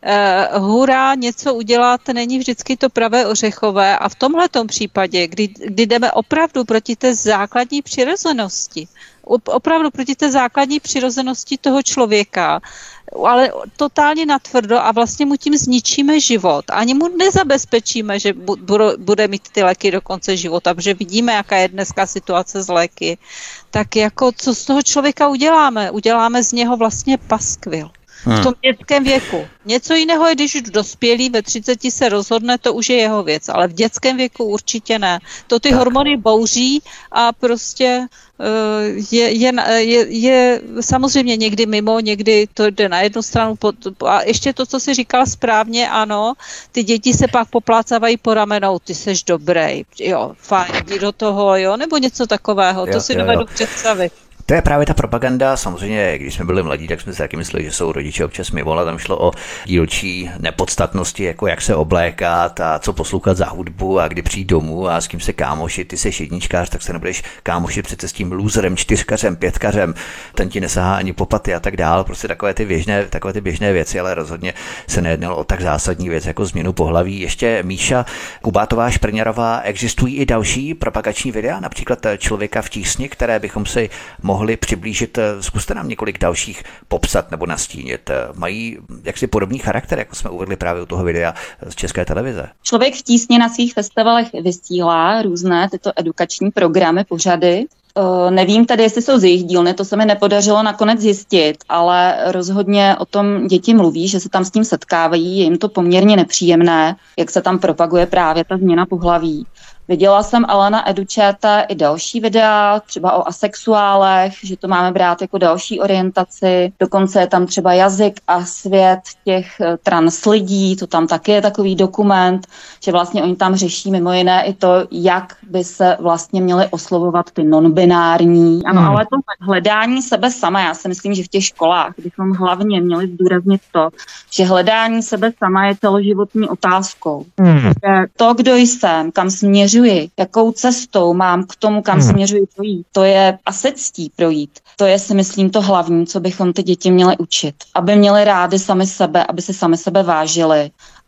hurá, něco udělat není vždycky to pravé ořechové a v tomhletom případě, kdy jdeme opravdu proti té základní přirozenosti, opravdu proti té základní přirozenosti toho člověka, ale totálně natvrdo a vlastně mu tím zničíme život. Ani mu nezabezpečíme, že bude mít ty léky do konce života, protože vidíme, jaká je dneska situace s léky. Tak jako co z toho člověka uděláme? Uděláme z něho vlastně paskvil. V tom dětském věku. Něco jiného je, když už dospělý ve 30 se rozhodne, to už je jeho věc, ale v dětském věku určitě ne. To ty hormony bouří a prostě je samozřejmě někdy mimo, někdy to jde na jednu stranu a ještě to, co jsi říkal správně, ano, ty děti se pak poplácávají po ramenou, ty seš dobrý, jo, fajn, jdi do toho, jo, nebo něco takového, to si dovedu představit. To je právě ta propaganda. Samozřejmě, když jsme byli mladí, tak jsme si taky mysleli, že jsou rodiče občas mimo, ale tam šlo o dílčí nepodstatnosti, jako jak se oblékat a co poslouchat za hudbu a kdy přijít domů a s kým se kámošit. Ty seš jedničkář, tak se nebudeš kámošit přece s tím lůzerem, 4kařem, 5kařem, ten ti nesahá ani po paty a tak dál. Prostě takové ty běžné věci, ale rozhodně se nejednalo o tak zásadní věc jako změnu pohlaví. Ještě Míša Kubátová Šprňarová, existují i další propagační videa, například Člověka v tísni, které bychom si mohli přiblížit. Zkuste nám několik dalších popsat nebo nastínit. Mají jaksi podobný charakter, jako jsme uvedli právě u toho videa z České televize. Člověk v tísni na svých festivalech vysílá různé tyto edukační programy, pořady. Nevím tedy, jestli jsou z jejich dílny, to se mi nepodařilo nakonec zjistit, ale rozhodně o tom děti mluví, že se tam s tím setkávají, je jim to poměrně nepříjemné, jak se tam propaguje právě ta změna pohlaví. Viděla jsem ale na EduČT i další videa, třeba o asexuálech, že to máme brát jako další orientaci. Dokonce je tam třeba jazyk a svět těch trans lidí, to tam taky je takový dokument, že vlastně oni tam řeší mimo jiné i to, jak by se vlastně měly oslovovat ty non-binární. Ano, ale to hledání sebe sama, já si myslím, že v těch školách bychom hlavně měli zdůraznit to, že hledání sebe sama je celoživotní otázkou. Že to, kdo jsem, kam směřuji, jakou cestou mám k tomu, kam směřuji projít. To je a se ctí projít. To je, si myslím, to hlavní, co bychom ty děti měli učit. Aby měli rády sami sebe, aby se sami sebe vážili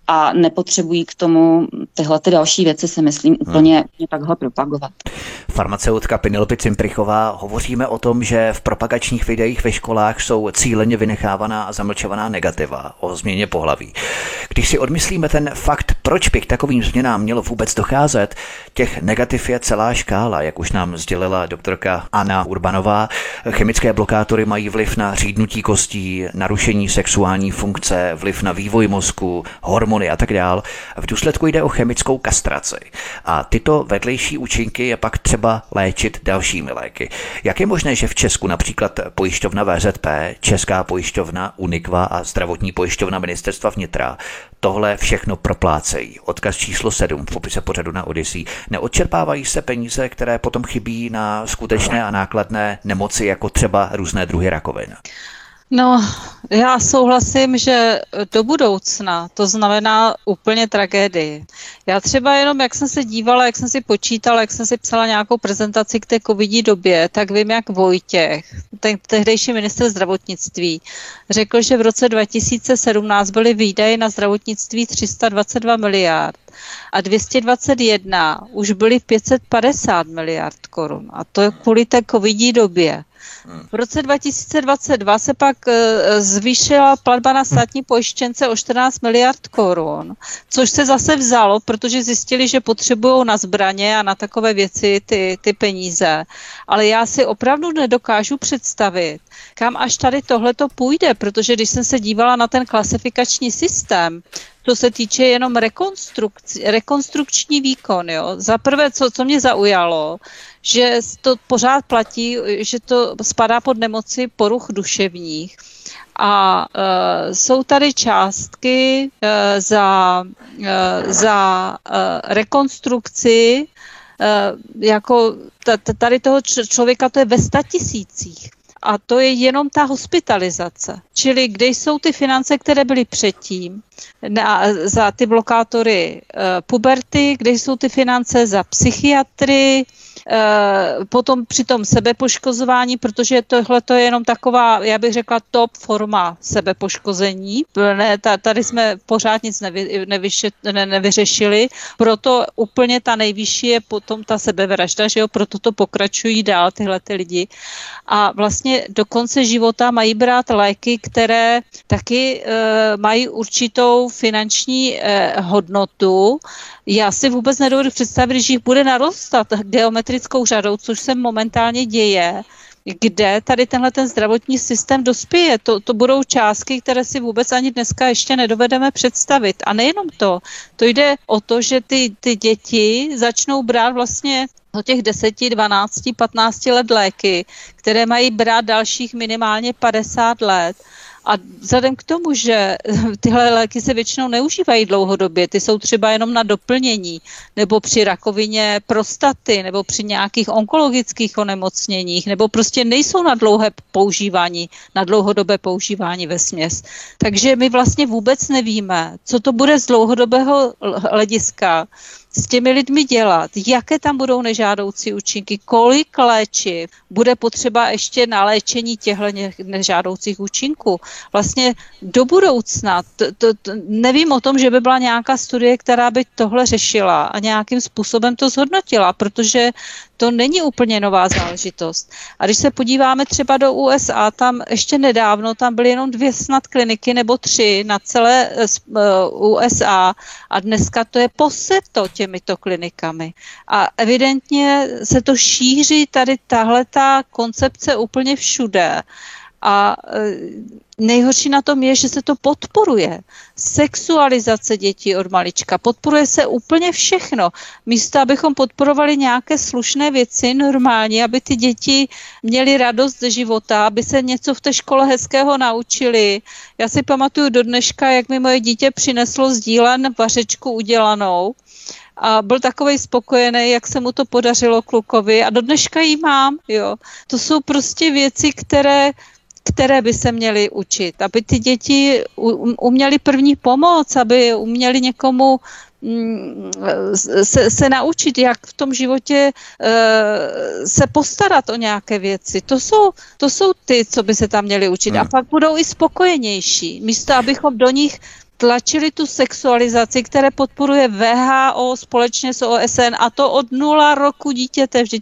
a nepotřebují k tomu tyhle ty další věci, si myslím, úplně takhle propagovat. Farmaceutka Penelope Cimprichová, hovoříme o tom, že v propagačních videích ve školách jsou cíleně vynechávaná a zamlčovaná negativa o změně pohlaví. Když si odmyslíme ten fakt, proč by k takovým změnám mělo vůbec docházet, těch negativ je celá škála, jak už nám sdělila doktorka Anna Urbanová. Chemické blokátory mají vliv na řídnutí kostí, narušení sexuální funkce, vliv na vývoj mozku, hormony a tak dál. V důsledku jde o chemickou kastraci. A tyto vedlejší účinky je pak třeba léčit dalšími léky. Jak je možné, že v Česku například pojišťovna VZP, Česká pojišťovna Unikva a zdravotní pojišťovna Ministerstva vnitra tohle všechno proplácejí? Odkaz číslo 7 v popise pořadu na Odyssey. Neodčerpávají se peníze, které potom chybí na skutečné a nákladné nemoci, jako třeba různé druhy rakovin? No, já souhlasím, že do budoucna to znamená úplně tragédii. Já třeba jenom, jak jsem se dívala, jak jsem si počítala, jak jsem si psala nějakou prezentaci k té covidní době, tak vím, jak Vojtěch, ten tehdejší ministr zdravotnictví, řekl, že v roce 2017 byly výdaje na zdravotnictví 322 miliard a 221 už byly 550 miliard korun. A to je kvůli té covidní době. V roce 2022 se pak zvýšila platba na státní pojištěnce o 14 miliard korun, což se zase vzalo, protože zjistili, že potřebují na zbraně a na takové věci ty peníze. Ale já si opravdu nedokážu představit, kam až tady tohleto půjde, protože když jsem se dívala na ten klasifikační systém, to se týče jenom rekonstrukční výkon. Jo. Za prvé, co mě zaujalo, že to pořád platí, že to spadá pod nemoci poruch duševních. A jsou tady částky za rekonstrukci, jako tady toho člověka, to je ve 100 000. A to je jenom ta hospitalizace. Čili kde jsou ty finance, které byly předtím za ty blokátory puberty, kde jsou ty finance za psychiatry, potom při tom sebepoškozování, protože tohle je jenom taková, já bych řekla, top forma sebepoškození. Tady jsme pořád nic nevyřešili, proto úplně ta nejvyšší je potom ta sebevražda, že jo, proto to pokračují dál tyhle ty lidi. A vlastně do konce života mají brát léky, které taky mají určitou finanční hodnotu. Já si vůbec nedovedu představit, že jich bude narůstat geometrickou řadou, což se momentálně děje, kde tady tenhle ten zdravotní systém dospěje. To budou částky, které si vůbec ani dneska ještě nedovedeme představit. A nejenom to jde o to, že ty děti začnou brát vlastně do těch 10, 12, 15 let léky, které mají brát dalších minimálně 50 let. A vzhledem k tomu, že tyhle léky se většinou neužívají dlouhodobě, ty jsou třeba jenom na doplnění, nebo při rakovině prostaty, nebo při nějakých onkologických onemocněních, nebo prostě nejsou na dlouhé používání, na dlouhodobé používání vesměs. Takže my vlastně vůbec nevíme, co to bude z dlouhodobého hlediska s těmi lidmi dělat, jaké tam budou nežádoucí účinky, kolik léčiv bude potřeba ještě na léčení těchto nežádoucích účinků. Vlastně do budoucna, nevím o tom, že by byla nějaká studie, která by tohle řešila a nějakým způsobem to zhodnotila, protože to není úplně nová záležitost. A když se podíváme třeba do USA, tam ještě nedávno, tam byly jenom 2 snad kliniky nebo 3 na celé USA a dneska to je poseto těmito klinikami. A evidentně se to šíří tady tahleta koncepce úplně všude. A nejhorší na tom je, že se to podporuje. Sexualizace dětí od malička. Podporuje se úplně všechno. Místo, abychom podporovali nějaké slušné věci normálně, aby ty děti měly radost ze života, aby se něco v té škole hezkého naučili. Já si pamatuju do dneška, jak mi moje dítě přineslo z dílen vařečku udělanou. A byl takovej spokojený, jak se mu to podařilo klukovi. A do dneška ji mám. Jo. To jsou prostě věci, které by se měly učit, aby ty děti uměly první pomoc, aby uměly někomu se naučit, jak v tom životě se postarat o nějaké věci. To jsou ty, co by se tam měli učit. A pak budou i spokojenější. Místo, abychom do nich tlačili tu sexualizaci, které podporuje WHO společně s OSN, a to od 0 roku dítěte. Vždyť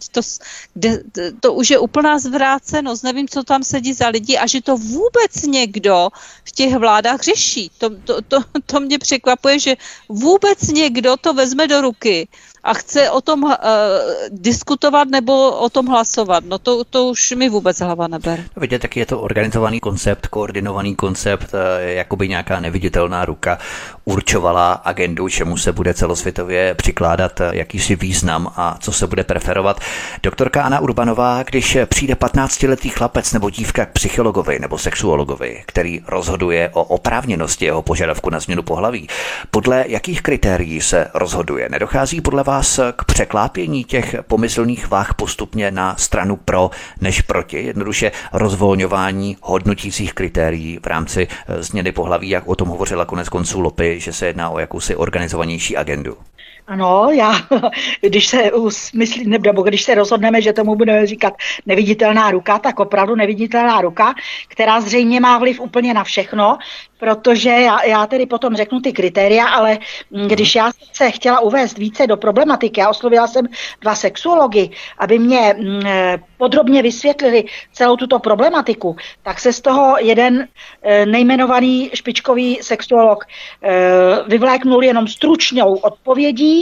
to už je úplná zvrácenost. Nevím, co tam sedí za lidi a že to vůbec někdo v těch vládách řeší. To mě překvapuje, že vůbec někdo to vezme do ruky a chce o tom diskutovat nebo o tom hlasovat. No to už mi vůbec hlava neber. Vidíte, taky je to organizovaný koncept, koordinovaný koncept, jakoby nějaká neviditelná ruka určovala agendu, čemu se bude celosvětově přikládat jakýsi význam a co se bude preferovat. Doktorka Anna Urbanová, když přijde 15letý chlapec nebo dívka k psychologovi nebo sexuologovi, který rozhoduje o oprávněnosti jeho požadavku na změnu pohlaví, podle jakých kritérií se rozhoduje? Nedochází podle vás k překlápění těch pomyslných váh postupně na stranu pro než proti? Jednoduše rozvolňování hodnotících kritérií v rámci změny pohlaví, jak o tom hovořila konec konců Lopy, že se jedná o jakousi organizovanější agendu. Ano, když se rozhodneme, že tomu budeme říkat neviditelná ruka, tak opravdu neviditelná ruka, která zřejmě má vliv úplně na všechno, protože já tedy potom řeknu ty kritéria, ale když já se chtěla uvést více do problematiky, já oslovila jsem 2 sexuology, aby mě podrobně vysvětlili celou tuto problematiku, tak se z toho jeden nejmenovaný špičkový sexuolog vyvléknul jenom stručnou odpovědí,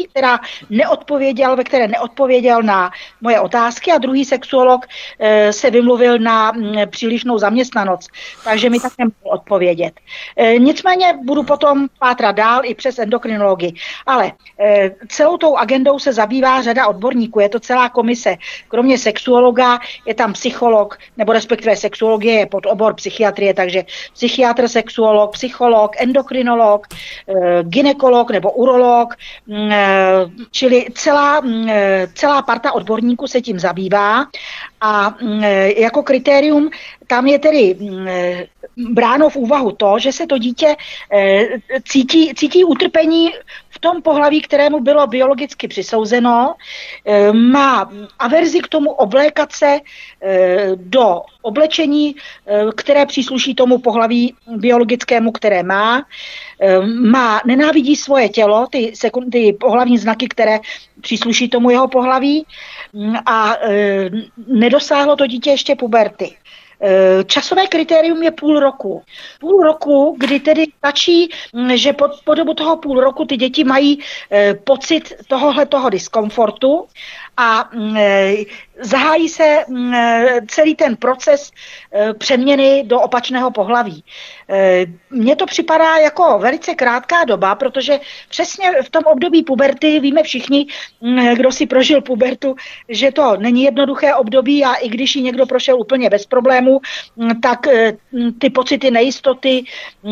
ve které neodpověděl na moje otázky, a druhý sexuolog se vymluvil na přílišnou zaměstnanost, takže mi tak nemohl odpovědět. Nicméně budu potom pátrat dál i přes endokrinologii, ale celou tou agendou se zabývá řada odborníků, je to celá komise. Kromě sexuologa je tam psycholog, nebo respektive sexuologie je pod obor psychiatrie, takže psychiatr, sexuolog, psycholog, endokrinolog, gynekolog nebo urolog, čili celá parta odborníků se tím zabývá a jako kritérium tam je tedy bráno v úvahu to, že se to dítě cítí utrpení v tom pohlaví, kterému bylo biologicky přisouzeno, má averzi k tomu oblékat se do oblečení, které přísluší tomu pohlaví biologickému, které má, nenávidí svoje tělo, ty pohlavní znaky, které přísluší tomu jeho pohlaví, a nedosáhlo to dítě ještě puberty. Časové kritérium je půl roku. Půl roku, kdy tedy stačí, že po dobu toho půl roku ty děti mají pocit tohoto diskomfortu a zahájí se celý ten proces přeměny do opačného pohlaví. Mně to připadá jako velice krátká doba, protože přesně v tom období puberty víme všichni, kdo si prožil pubertu, že to není jednoduché období, a i když ji někdo prošel úplně bez problémů, tak ty pocity nejistoty,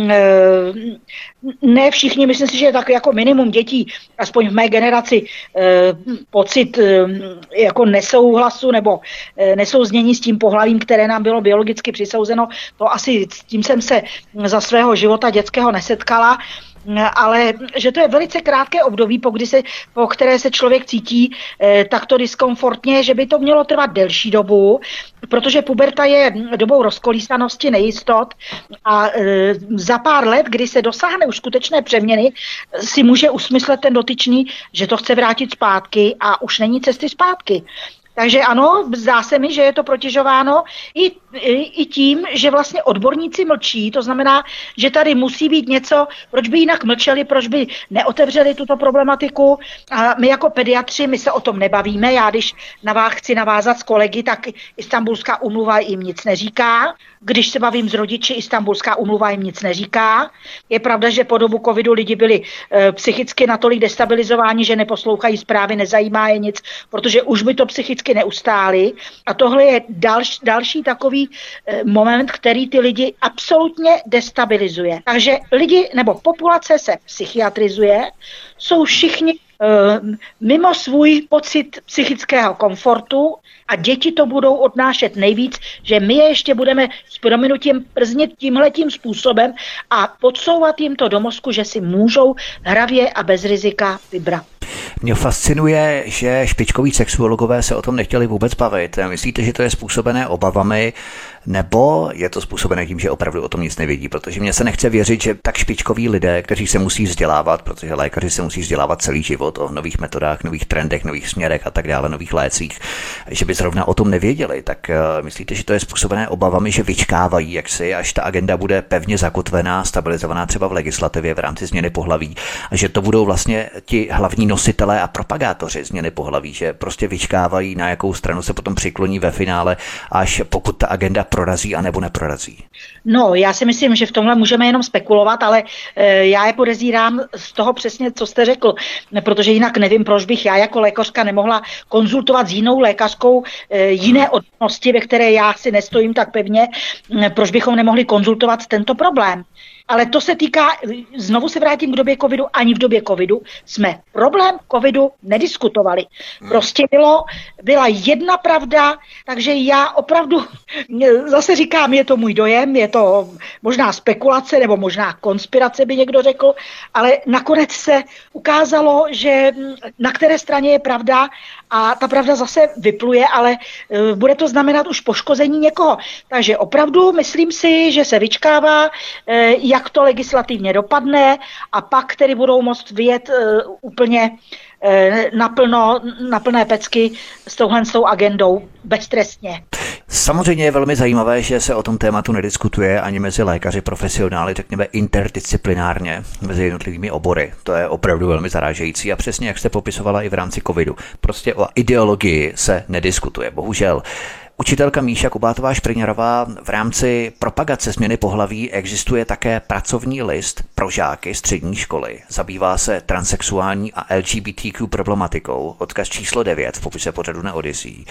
ne všichni, myslím si, že je tak jako minimum dětí, aspoň v mé generaci, pocit jako nesouhlasu nebo nesouznění s tím pohlavím, které nám bylo biologicky přisouzeno. To asi s tím jsem se za svého života dětského nesetkala, ale že to je velice krátké období, po které se člověk cítí takto diskomfortně, že by to mělo trvat delší dobu, protože puberta je dobou rozkolísanosti, nejistot, a za pár let, kdy se dosáhne už skutečné přeměny, si může usmyslet ten dotyčný, že to chce vrátit zpátky a už není cesty zpátky. Takže ano, zdá se mi, že je to protěžováno i tím, že vlastně odborníci mlčí, to znamená, že tady musí být něco, proč by jinak mlčeli, proč by neotevřeli tuto problematiku. A my jako pediatři, my se o tom nebavíme, já když chci navázat s kolegy, tak Istanbulská úmluva jim nic neříká. Když se bavím s rodiči, Istanbulská úmluva jim nic neříká. Je pravda, že po dobu covidu lidi byli psychicky natolik destabilizováni, že neposlouchají zprávy, nezajímá je nic, protože už by to psychicky neustáli. A tohle je další takový moment, který ty lidi absolutně destabilizuje. Takže lidi nebo populace se psychiatrizuje, jsou všichni mimo svůj pocit psychického komfortu a děti to budou odnášet nejvíc, že my je ještě budeme s prominutím prznit tímhletím způsobem a podsouvat jim to do mozku, že si můžou hravě a bez rizika vybrat. Mě fascinuje, že špičkoví sexuologové se o tom nechtěli vůbec bavit. Myslíte, že to je způsobené obavami nebo je to způsobené tím, že opravdu o tom nic nevědí, protože mně se nechce věřit, že tak špičkoví lidé, kteří se musí vzdělávat, protože lékaři se musí vzdělávat celý život o nových metodách, nových trendech, nových směrech a tak dále, nových lécích, že by zrovna o tom nevěděli, tak myslíte, že to je způsobené obavami, že vyčkávají jaksi, až ta agenda bude pevně zakotvená, stabilizovaná třeba v legislativě v rámci změny pohlaví, a že to budou vlastně ti hlavní nositelé a propagátoři změny pohlaví, že prostě vyčkávají, na jakou stranu se potom přikloní ve finále, až pokud ta agenda prorazí a nebo neprorazí? No, já si myslím, že v tomhle můžeme jenom spekulovat, ale já je podezírám z toho přesně, co jste řekl, protože jinak nevím, proč bych já jako lékařka nemohla konzultovat s jinou lékařkou jiné odbornosti, ve které já si nestojím tak pevně, proč bychom nemohli konzultovat tento problém. Ale to se týká, znovu se vrátím k době covidu, ani v době covidu jsme problém covidu nediskutovali. Prostě byla jedna pravda, takže já opravdu zase říkám, je to můj dojem, je to možná spekulace nebo možná konspirace, by někdo řekl, ale nakonec se ukázalo, že na které straně je pravda a ta pravda zase vypluje, ale bude to znamenat už poškození někoho. Takže opravdu myslím si, že se vyčkává, jak to legislativně dopadne a pak tedy budou moct vyjet úplně na plné pecky s tou agendou beztrestně. Samozřejmě je velmi zajímavé, že se o tom tématu nediskutuje ani mezi lékaři profesionály, řekněme interdisciplinárně mezi jednotlivými obory. To je opravdu velmi zarážející a přesně jak jste popisovala i v rámci covidu. Prostě o ideologii se nediskutuje, bohužel. Učitelka Míša Kubátová-Špriňarová v rámci propagace změny pohlaví existuje také pracovní list pro žáky střední školy. Zabývá se transsexuální a LGBTQ problematikou, odkaz číslo 9 v popise pořadu na Odyssey.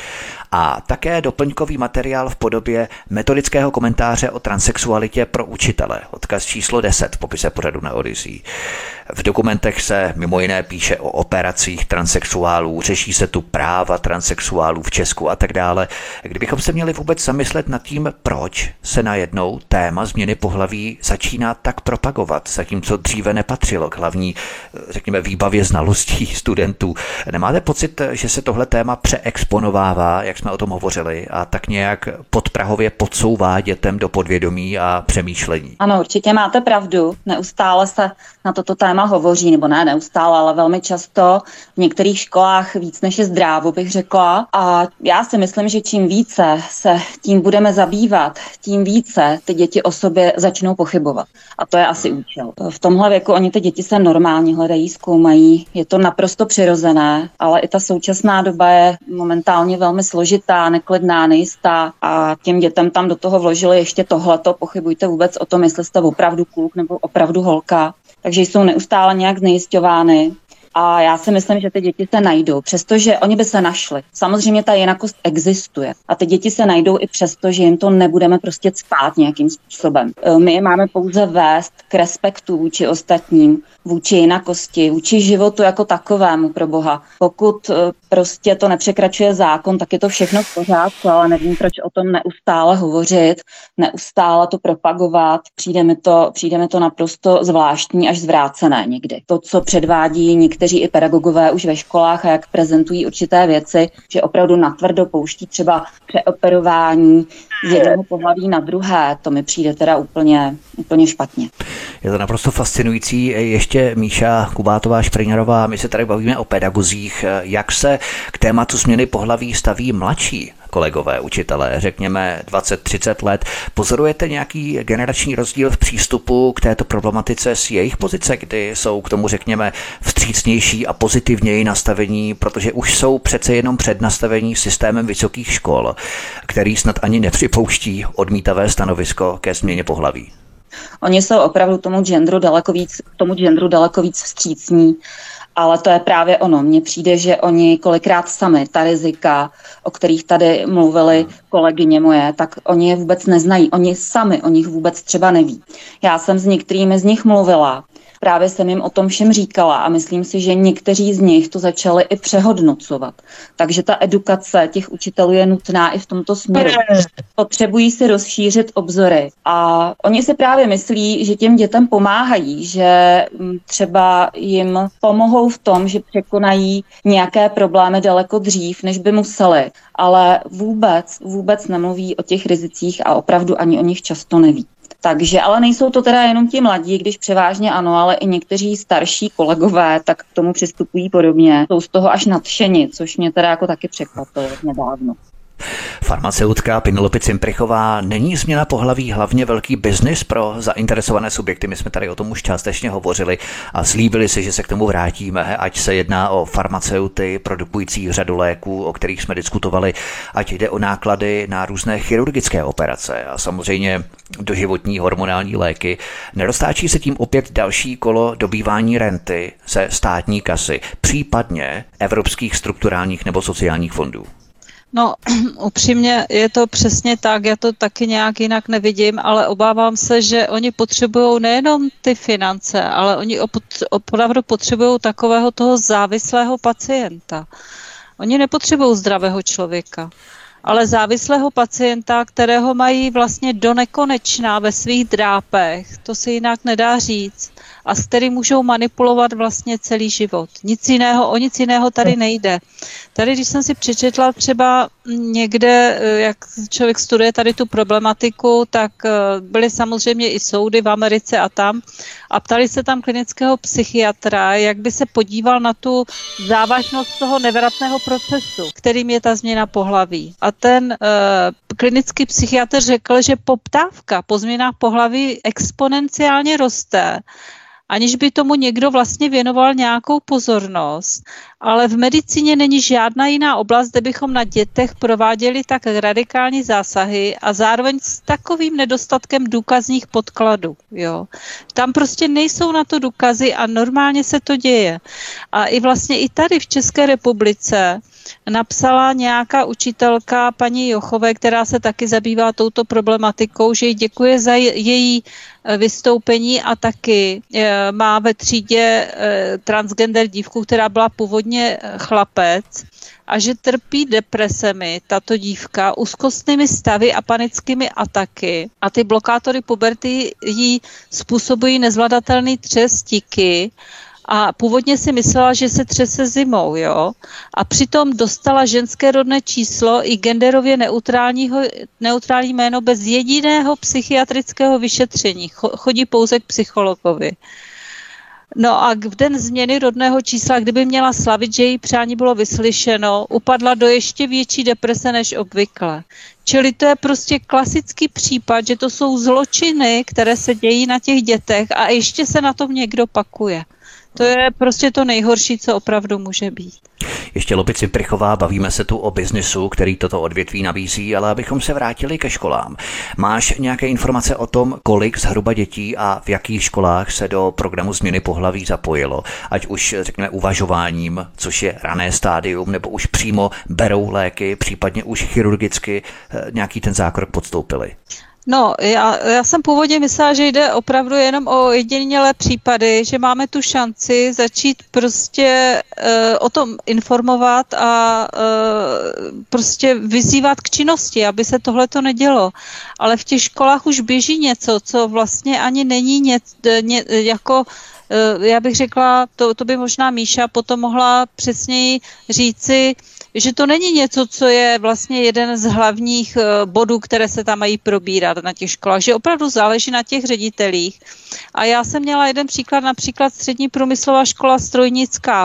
A také doplňkový materiál v podobě metodického komentáře o transsexualitě pro učitele, odkaz číslo 10 v popise pořadu na Odyssey. V dokumentech se mimo jiné píše o operacích transsexuálů, řeší se tu práva transsexuálů v Česku a tak dále. Kdybychom se měli vůbec zamyslet nad tím, proč se najednou téma změny pohlaví začíná tak propagovat, zatímco dříve nepatřilo k hlavní, řekněme, výbavě znalostí studentů. Nemáte pocit, že se tohle téma přeexponovává, jak jsme o tom hovořili, a tak nějak podprahově podsouvá dětem do podvědomí a přemýšlení? Ano, určitě máte pravdu. Neustále se na toto téma hovoří, nebo ne neustále, ale velmi často v některých školách víc než je zdrávo, bych řekla. A já si myslím, že čím více se tím budeme zabývat, tím více ty děti o sobě začnou pochybovat. A to je asi účel. V tomhle věku oni ty děti se normálně hledají, zkoumají, je to naprosto přirozené, ale i ta současná doba je momentálně velmi složitá, neklidná, nejistá a těm dětem tam do toho vložili ještě tohleto, pochybujte vůbec o tom, jestli jste opravdu kluk nebo opravdu holka. Takže jsou neustále nějak znejisťovány. A já si myslím, že ty děti se najdou, přestože oni by se našli. Samozřejmě ta jinakost existuje. A ty děti se najdou i přesto, že jim to nebudeme prostě cpát nějakým způsobem. My je máme pouze vést k respektu vůči ostatním, vůči jinakosti, vůči životu jako takovému, pro Boha. Pokud prostě to nepřekračuje zákon, tak je to všechno v pořádku, ale nevím, proč o tom neustále hovořit, neustále to propagovat. Přijde mi to naprosto zvláštní až zvrácené někdy. To, co předvádí někteří i pedagogové už ve školách a jak prezentují určité věci, že opravdu natvrdo pouští třeba přeoperování z jednoho pohlaví na druhé, to mi přijde teda úplně špatně. Je to naprosto fascinující. Ještě Míša Kubátová-Špriňarová, my se tady bavíme o pedagozích. Jak se k tématu změny pohlaví staví mladší kolegové, učitelé, řekněme 20-30 let? Pozorujete nějaký generační rozdíl v přístupu k této problematice z jejich pozice, kdy jsou k tomu, řekněme, vstřícnější a pozitivněji nastavení, protože už jsou přece jenom přednastavení systémem vysokých škol, který snad ani nepřipouští odmítavé stanovisko ke změně pohlaví? Oni jsou opravdu tomu genderu daleko víc vstřícní, ale to je právě ono. Mně přijde, že oni kolikrát sami, ta rizika, o kterých tady mluvili kolegyně moje, tak oni je vůbec neznají. Oni sami o nich vůbec třeba neví. Já jsem s některými z nich mluvila právě jsem jim o tom všem říkala a myslím si, že někteří z nich to začali i přehodnocovat. Takže ta edukace těch učitelů je nutná i v tomto směru. Potřebují si rozšířit obzory a oni si právě myslí, že těm dětem pomáhají, že třeba jim pomohou v tom, že překonají nějaké problémy daleko dřív, než by museli, ale vůbec nemluví o těch rizicích a opravdu ani o nich často neví. Takže, ale nejsou to teda jenom ti mladí, když převážně ano, ale i někteří starší kolegové tak k tomu přistupují podobně. Jsou z toho až nadšeni, což mě teda jako taky překvapilo nedávno. Farmaceutka Penelope Cimprichová, není změna pohlaví hlavně velký biznis pro zainteresované subjekty? My jsme tady o tom už částečně hovořili a slíbili si, že se k tomu vrátíme, ať se jedná o farmaceuty produkující řadu léků, o kterých jsme diskutovali, ať jde o náklady na různé chirurgické operace a samozřejmě doživotní hormonální léky. Neroztáčí se tím opět další kolo dobývání renty ze státní kasy, případně evropských strukturálních nebo sociálních fondů? No, upřímně je to přesně tak, já to taky nějak jinak nevidím, ale obávám se, že oni potřebují nejenom ty finance, ale oni opravdu potřebují takového toho závislého pacienta. Oni nepotřebují zdravého člověka, ale závislého pacienta, kterého mají vlastně do nekonečna ve svých drápech, to se jinak nedá říct, a s kterým můžou manipulovat vlastně celý život. O nic jiného tady nejde. Tady, když jsem si přečetla třeba někde, jak člověk studuje tady tu problematiku, tak byly samozřejmě i soudy v Americe a tam a ptali se tam klinického psychiatra, jak by se podíval na tu závažnost toho nevratného procesu, kterým je ta změna pohlaví. A ten klinický psychiatr řekl, že poptávka po změnách pohlaví exponenciálně roste, aniž by tomu někdo vlastně věnoval nějakou pozornost. Ale v medicíně není žádná jiná oblast, kde bychom na dětech prováděli tak radikální zásahy a zároveň s takovým nedostatkem důkazních podkladů. Jo. Tam prostě nejsou na to důkazy a normálně se to děje. A i vlastně i tady v České republice napsala nějaká učitelka paní Jochové, která se taky zabývá touto problematikou, že jí děkuje za její vystoupení a taky má ve třídě transgender dívku, která byla původně chlapec a že trpí depresemi tato dívka, úzkostnými stavy a panickými ataky a ty blokátory puberty jí způsobují nezvladatelný třes, tiky. A původně si myslela, že se třese zimou, jo. A přitom dostala ženské rodné číslo i genderově neutrální jméno bez jediného psychiatrického vyšetření. Chodí pouze k psychologovi. No a v den změny rodného čísla, kdyby měla slavit, že její přání bylo vyslyšeno, upadla do ještě větší deprese než obvykle. Čili to je prostě klasický případ, že to jsou zločiny, které se dějí na těch dětech a ještě se na tom někdo pakuje. To je prostě to nejhorší, co opravdu může být. Ještě Lupi Cimprichová, bavíme se tu o biznisu, který toto odvětví nabízí, ale abychom se vrátili ke školám. Máš nějaké informace o tom, kolik zhruba dětí a v jakých školách se do programu změny pohlaví zapojilo? Ať už řekněme uvažováním, což je rané stádium, nebo už přímo berou léky, případně už chirurgicky nějaký ten zákrok podstoupili? No, já jsem původně myslela, že jde opravdu jenom o jedinělé případy, že máme tu šanci začít prostě o tom informovat a prostě vyzývat k činnosti, aby se tohleto nedělo. Ale v těch školách už běží něco, co vlastně ani není jako... Já bych řekla, to by možná Míša potom mohla přesněji říci, že to není něco, co je vlastně jeden z hlavních bodů, které se tam mají probírat na těch školách, že opravdu záleží na těch ředitelích. A já jsem měla jeden příklad, například Střední průmyslová škola strojnická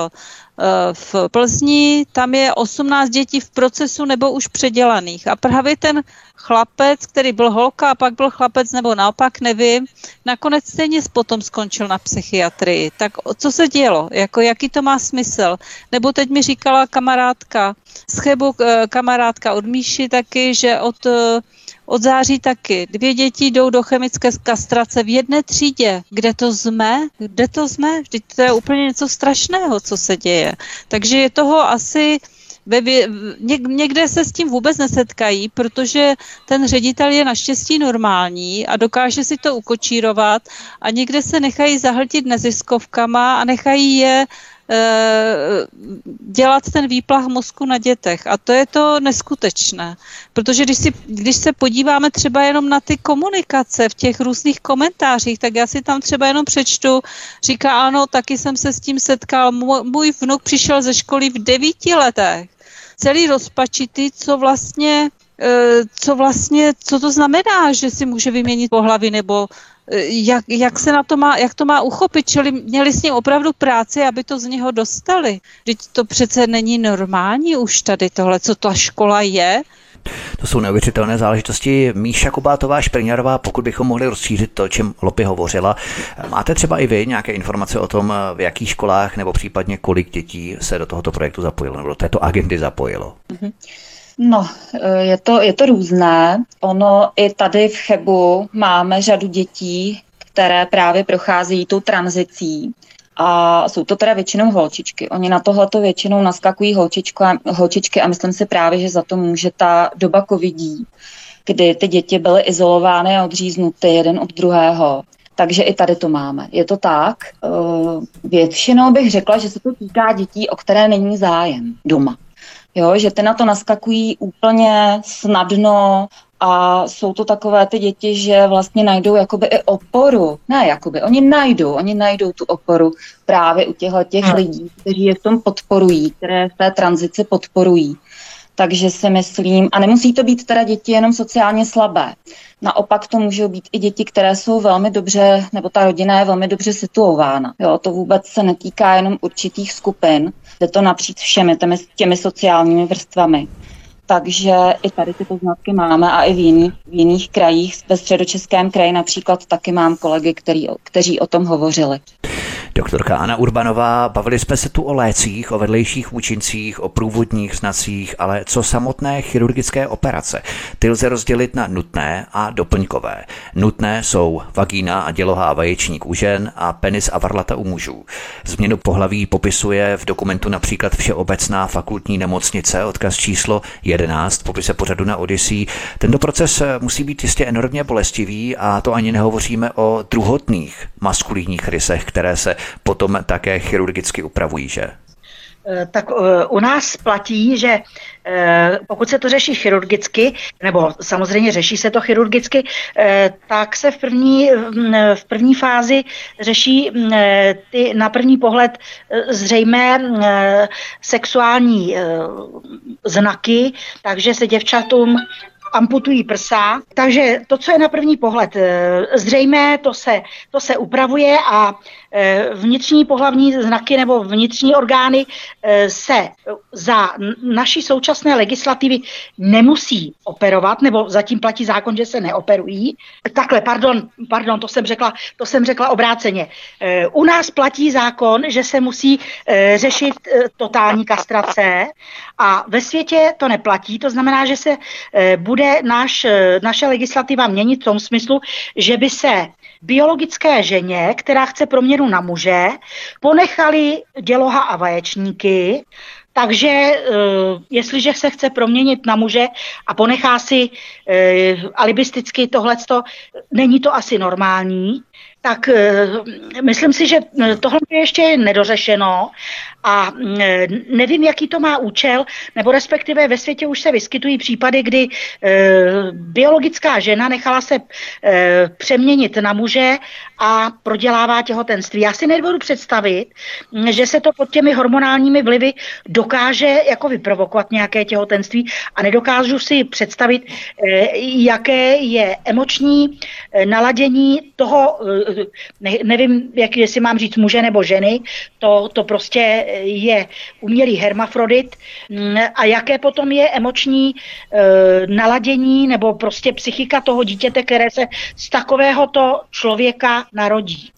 v Plzni, tam je 18 dětí v procesu nebo už předělaných. A právě ten chlapec, který byl holka a pak byl chlapec nebo naopak, nevím, nakonec stejně potom skončil na psychiatrii. Tak co se dělo? Jaký to má smysl? Nebo teď mi říkala kamarádka z Chebu, kamarádka od Míši taky, že od září taky 2 děti jdou do chemické kastrace v jedné třídě. Kde to jsme? Vždyť to je úplně něco strašného, co se děje. Takže je toho asi Někde se s tím vůbec nesetkají, protože ten ředitel je naštěstí normální a dokáže si to ukočírovat a někde se nechají zahltit neziskovkama a nechají je dělat ten výplach mozku na dětech. A to je to neskutečné. Protože když se podíváme třeba jenom na ty komunikace v těch různých komentářích, tak já si tam třeba jenom přečtu, říká ano, taky jsem se s tím setkal, můj vnuk přišel ze školy v 9 letech. Celý rozpačitý, co to znamená, že si může vyměnit pohlaví, nebo jak to má uchopit, čili měli s ním opravdu práci, aby to z něho dostali. Vždyť to přece není normální už tady tohle, co ta škola je. To jsou neuvěřitelné záležitosti. Míša Kubátová-Špriňarová, pokud bychom mohli rozšířit to, o čem Lopy hovořila. Máte třeba i vy nějaké informace o tom, v jakých školách nebo případně kolik dětí se do tohoto projektu zapojilo, nebo do této agendy zapojilo? No, je to různé. Ono i tady v Chebu máme řadu dětí, které právě procházejí tou tranzicí. A jsou to teda většinou holčičky. Oni na tohleto většinou naskakují holčičky a myslím si právě, že za to může ta doba covidí, kdy ty děti byly izolovány a odříznuty jeden od druhého. Takže i tady to máme. Je to tak. Většinou bych řekla, že se to týká dětí, o které není zájem doma. Jo, že ty na to naskakují úplně snadno a jsou to takové ty děti, že vlastně najdou jakoby i oporu. Oni najdou tu oporu právě u těch lidí, kteří je v tom podporují, které v té tranzici podporují. Takže si myslím, a nemusí to být teda děti jenom sociálně slabé. Naopak to můžou být i děti, které jsou velmi dobře, nebo ta rodina je velmi dobře situována. Jo, to vůbec se netýká jenom určitých skupin, jde to napříč všemi těmi sociálními vrstvami. Takže i tady ty poznatky máme a i v jiných krajích, ve Středočeském kraji například taky mám kolegy, kteří o tom hovořili. Doktorka Anna Urbanová, bavili jsme se tu o lécích, o vedlejších účincích, o průvodních znacích, ale co samotné chirurgické operace? Ty lze rozdělit na nutné a doplňkové. Nutné jsou vagína a děloha a vaječník u žen a penis a varlata u mužů. Změnu pohlaví popisuje v dokumentu například Všeobecná fakultní nemocnice, odkaz číslo 11, popise pořadu na Odyssey. Tento proces musí být jistě enormně bolestivý a to ani nehovoříme o druhotných maskulinních rysech, které se potom také chirurgicky upravují, že? Tak u nás platí, že pokud se to řeší chirurgicky, nebo samozřejmě řeší se to chirurgicky, tak se v první fázi řeší ty na první pohled zřejmé sexuální znaky, takže se děvčatům amputují prsa. Takže to, co je na první pohled zřejmé, to se upravuje a vnitřní pohlavní znaky nebo vnitřní orgány se za naší současné legislativy nemusí operovat, nebo zatím platí zákon, že se neoperují. Takhle, pardon, to jsem řekla obráceně. U nás platí zákon, že se musí řešit totální kastrace a ve světě to neplatí, to znamená, že se bude naše legislativa měnit v tom smyslu, že by se biologické ženě, která chce proměnu na muže, ponechali děloha a vaječníky, takže jestliže se chce proměnit na muže a ponechá si alibisticky tohleto, není to asi normální, tak myslím si, že tohle je ještě nedořešeno a nevím, jaký to má účel, nebo respektive ve světě už se vyskytují případy, kdy biologická žena nechala se přeměnit na muže a prodělává těhotenství. Já si nedovedu představit, že se to pod těmi hormonálními vlivy dokáže jako vyprovokovat nějaké těhotenství a nedokážu si představit, jaké je emoční naladění toho, nevím, jestli mám říct muže nebo ženy, to prostě je umělý hermafrodit a jaké potom je emoční naladění nebo prostě psychika toho dítěte, které se z takovéhoto člověka narodí.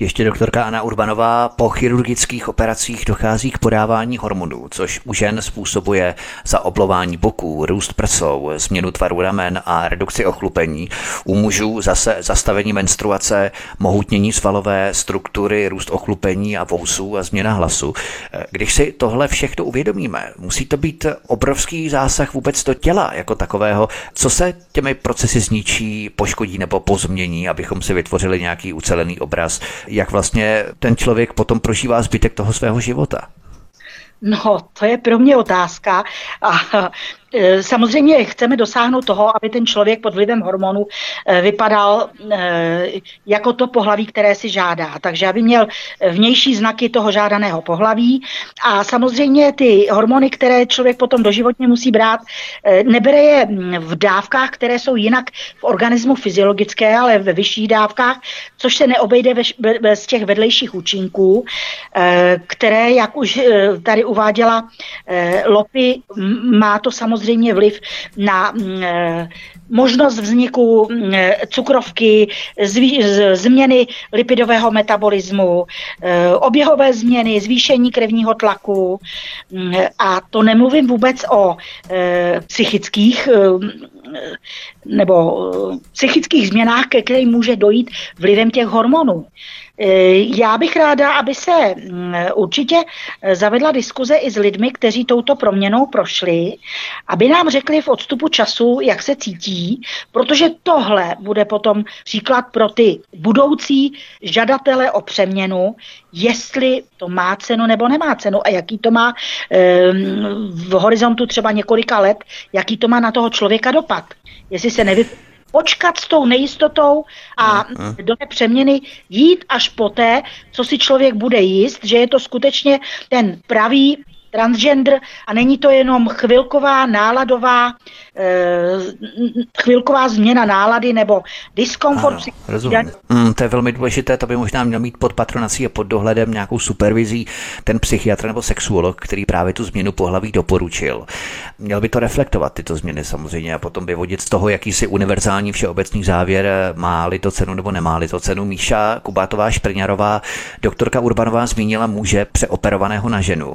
Ještě doktorka Anna Urbanová, po chirurgických operacích dochází k podávání hormonů, což u žen způsobuje zaoblování boků, růst prsou, změnu tvaru ramen a redukci ochlupení. U mužů zase zastavení menstruace, mohutnění svalové struktury, růst ochlupení a vousů a změna hlasu. Když si tohle všechno uvědomíme, musí to být obrovský zásah vůbec do těla jako takového. Co se těmi procesy zničí, poškodí nebo pozmění, abychom si vytvořili nějaký ucelený obraz, jak vlastně ten člověk potom prožívá zbytek toho svého života? No, to je pro mě otázka a samozřejmě chceme dosáhnout toho, aby ten člověk pod vlivem hormonů vypadal jako to pohlaví, které si žádá. Takže aby měl vnější znaky toho žádaného pohlaví a samozřejmě ty hormony, které člověk potom doživotně musí brát, nebere je v dávkách, které jsou jinak v organismu fyziologické, ale ve vyšších dávkách, což se neobejde bez těch vedlejších účinků, které, jak už tady uváděla Lopi, má to samozřejmě vliv na možnost vzniku cukrovky, změny lipidového metabolismu, oběhové změny, zvýšení krevního tlaku a to nemluvím vůbec o psychických změnách, ke kterým může dojít vlivem těch hormonů. Já bych ráda, aby se určitě zavedla diskuze i s lidmi, kteří touto proměnou prošli, aby nám řekli v odstupu času, jak se cítí, protože tohle bude potom příklad pro ty budoucí žadatele o přeměnu, jestli to má cenu nebo nemá cenu a jaký to má v horizontu třeba několika let, jaký to má na toho člověka dopad. Jestli se počkat s tou nejistotou a do té přeměny jít až poté, co si člověk bude jist, že je to skutečně ten pravý transgender a není to jenom chvilková změna nálady nebo diskomfort. Rozumím. To je velmi důležité, to by možná měl mít pod patronací a pod dohledem nějakou supervizí ten psychiatr nebo sexuolog, který právě tu změnu pohlaví doporučil. Měl by to reflektovat, tyto změny samozřejmě, a potom vyvodit z toho jakýsi univerzální všeobecný závěr, má-li to cenu nebo nemá-li to cenu. Míša Kubátová-Šprňarová, doktorka Urbanová zmínila muže přeoperovaného na ženu,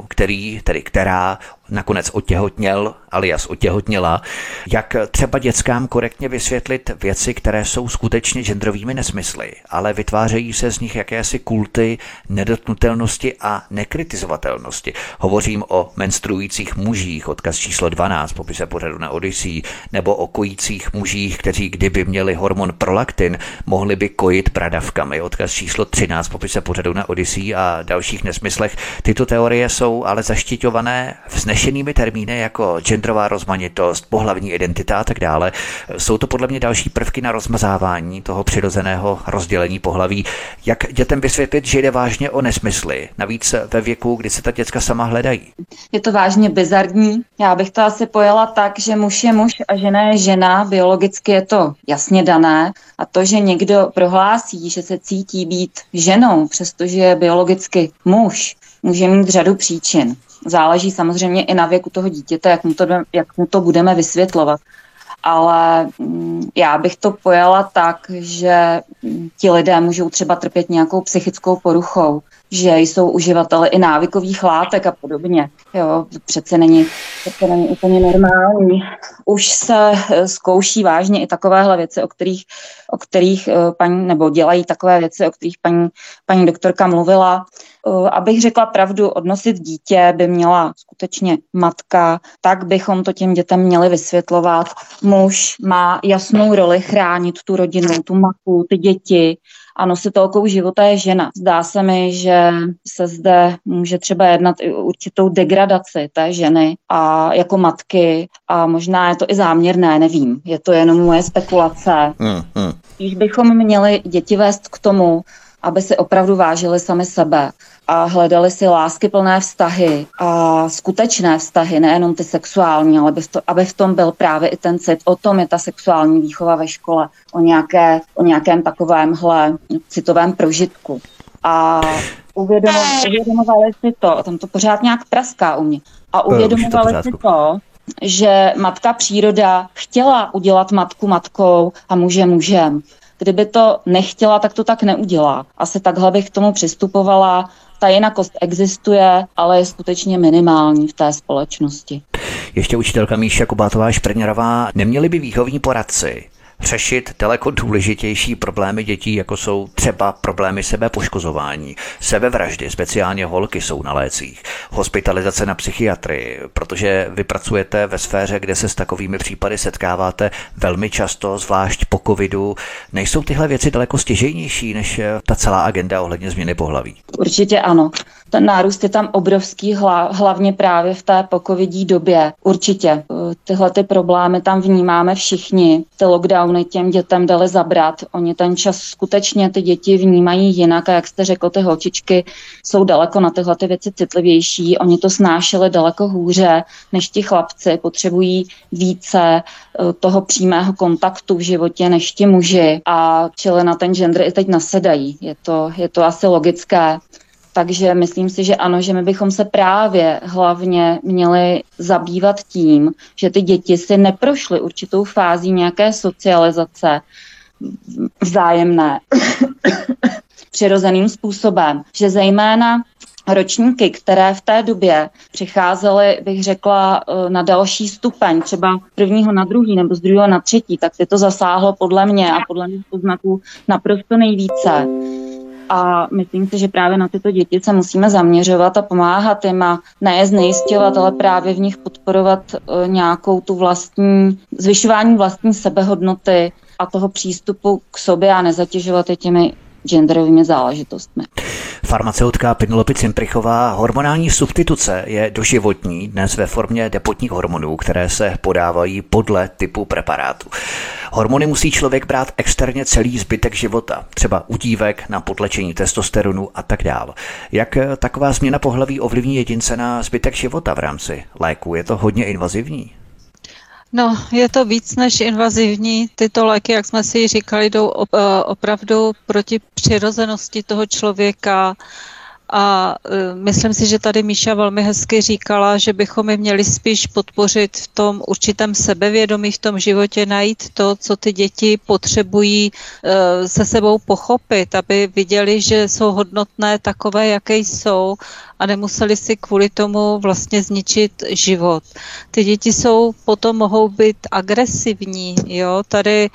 která nakonec otěhotněl, alias otěhotněla. Jak třeba dětskám korektně vysvětlit věci, které jsou skutečně genderovými nesmysly, ale vytvářejí se z nich jakési kulty nedotknutelnosti a nekritizovatelnosti. Hovořím o menstruujících mužích, odkaz číslo 12, popise pořadu na Odyssey, nebo o kojících mužích, kteří kdyby měli hormon prolaktin, mohli by kojit bradavkami, odkaz číslo 13, popise pořadu na Odyssey a dalších nesmyslech. Tyto teorie jsou ale zaštiťované vznešenými termíny jako genderová rozmanitost, pohlavní identita a tak dále. Jsou to podle mě další prvky na rozmazávání toho přirozeného rozdělení pohlaví. Jak dětem vysvětlit, že jde vážně o nesmysly, navíc ve věku, kdy se ta děcka sama hledají? Je to vážně bizarní. Já bych to asi pojala tak, že muž je muž a žena je žena. Biologicky je to jasně dané. A to, že někdo prohlásí, že se cítí být ženou, přestože je biologicky muž, může mít řadu příčin. Záleží samozřejmě i na věku toho dítěte, jak mu to budeme vysvětlovat. Ale já bych to pojala tak, že ti lidé můžou třeba trpět nějakou psychickou poruchou, že jsou uživateli i návykových látek a podobně. Jo, to přece není úplně normální. Už se zkouší vážně i takovéhle věci, o kterých paní, nebo dělají takové věci, o kterých paní doktorka mluvila. Abych řekla pravdu, odnosit dítě by měla skutečně matka, tak bychom to těm dětem měli vysvětlovat. Muž má jasnou roli chránit tu rodinu, tu matku, ty děti a nositelkou života je žena. Zdá se mi, že se zde může třeba jednat i určitou degradaci té ženy a jako matky a možná je to i záměrné, nevím. Je to jenom moje spekulace. Když bychom měli děti vést k tomu, aby si opravdu vážili sami sebe a hledali si láskyplné vztahy a skutečné vztahy, nejenom ty sexuální, ale aby v tom byl právě i ten cit. O tom je ta sexuální výchova ve škole, o nějakém takovémhle citovém prožitku. A uvědomovali si to, tam to pořád nějak praská u mě, a uvědomovali si to, že matka příroda chtěla udělat matku matkou a muže mužem. kdyby to nechtěla, tak to tak neudělá. Asi takhle bych k tomu přistupovala. Ta jinakost existuje, ale je skutečně minimální v té společnosti. Ještě učitelka Míša Kubátová-Šprňarová, neměli by výchovní poradci řešit daleko důležitější problémy dětí, jako jsou třeba problémy sebepoškozování, sebevraždy, speciálně holky jsou na lécích, hospitalizace na psychiatrii, protože vy pracujete ve sféře, kde se s takovými případy setkáváte velmi často, zvlášť po covidu. Nejsou tyhle věci daleko stěžejnější než ta celá agenda ohledně změny pohlaví? Určitě ano. Ten nárůst je tam obrovský, hlavně právě v té pocovidí době. Určitě. Tyhle ty problémy tam vnímáme všichni. Ty lockdowny těm dětem dali zabrat. Oni ten čas skutečně ty děti vnímají jinak a jak jste řekl, ty holčičky jsou daleko na tyhle ty věci citlivější. Oni to snášeli daleko hůře než ti chlapci. Potřebují více toho přímého kontaktu v životě než ti muži a čili na ten gender i teď nasedají. Je to asi logické. Takže myslím si, že ano, že my bychom se právě hlavně měli zabývat tím, že ty děti si neprošly určitou fází nějaké socializace vzájemné přirozeným způsobem, že zejména ročníky, které v té době přicházely, bych řekla, na další stupeň, třeba prvního na druhý nebo z druhého na třetí, tak ty to zasáhlo podle mě a podle mých poznatků naprosto nejvíce. A myslím si, že právě na tyto děti se musíme zaměřovat a pomáhat jim a ne je znejisťovat, ale právě v nich podporovat nějakou tu zvyšování vlastní sebehodnoty a toho přístupu k sobě a nezatěžovat je těmi genderovými záležitostmi. Farmaceutka Penelope Cimprichová, hormonální substituce je doživotní, dnes ve formě depotních hormonů, které se podávají podle typu preparátu. Hormony musí člověk brát externě celý zbytek života, třeba u dívek na potlačení testosteronu a tak dále. Jak taková změna pohlaví ovlivní jedince na zbytek života v rámci léku? Je to hodně invazivní? No, je to víc než invazivní. Tyto léky, jak jsme si říkali, jdou opravdu proti přirozenosti toho člověka. A myslím si, že tady Míša velmi hezky říkala, že bychom je měli spíš podpořit v tom určitém sebevědomí, v tom životě najít to, co ty děti potřebují se sebou pochopit, aby viděli, že jsou hodnotné takové, jaké jsou a nemuseli si kvůli tomu vlastně zničit život. Ty děti potom mohou být agresivní, jo, tady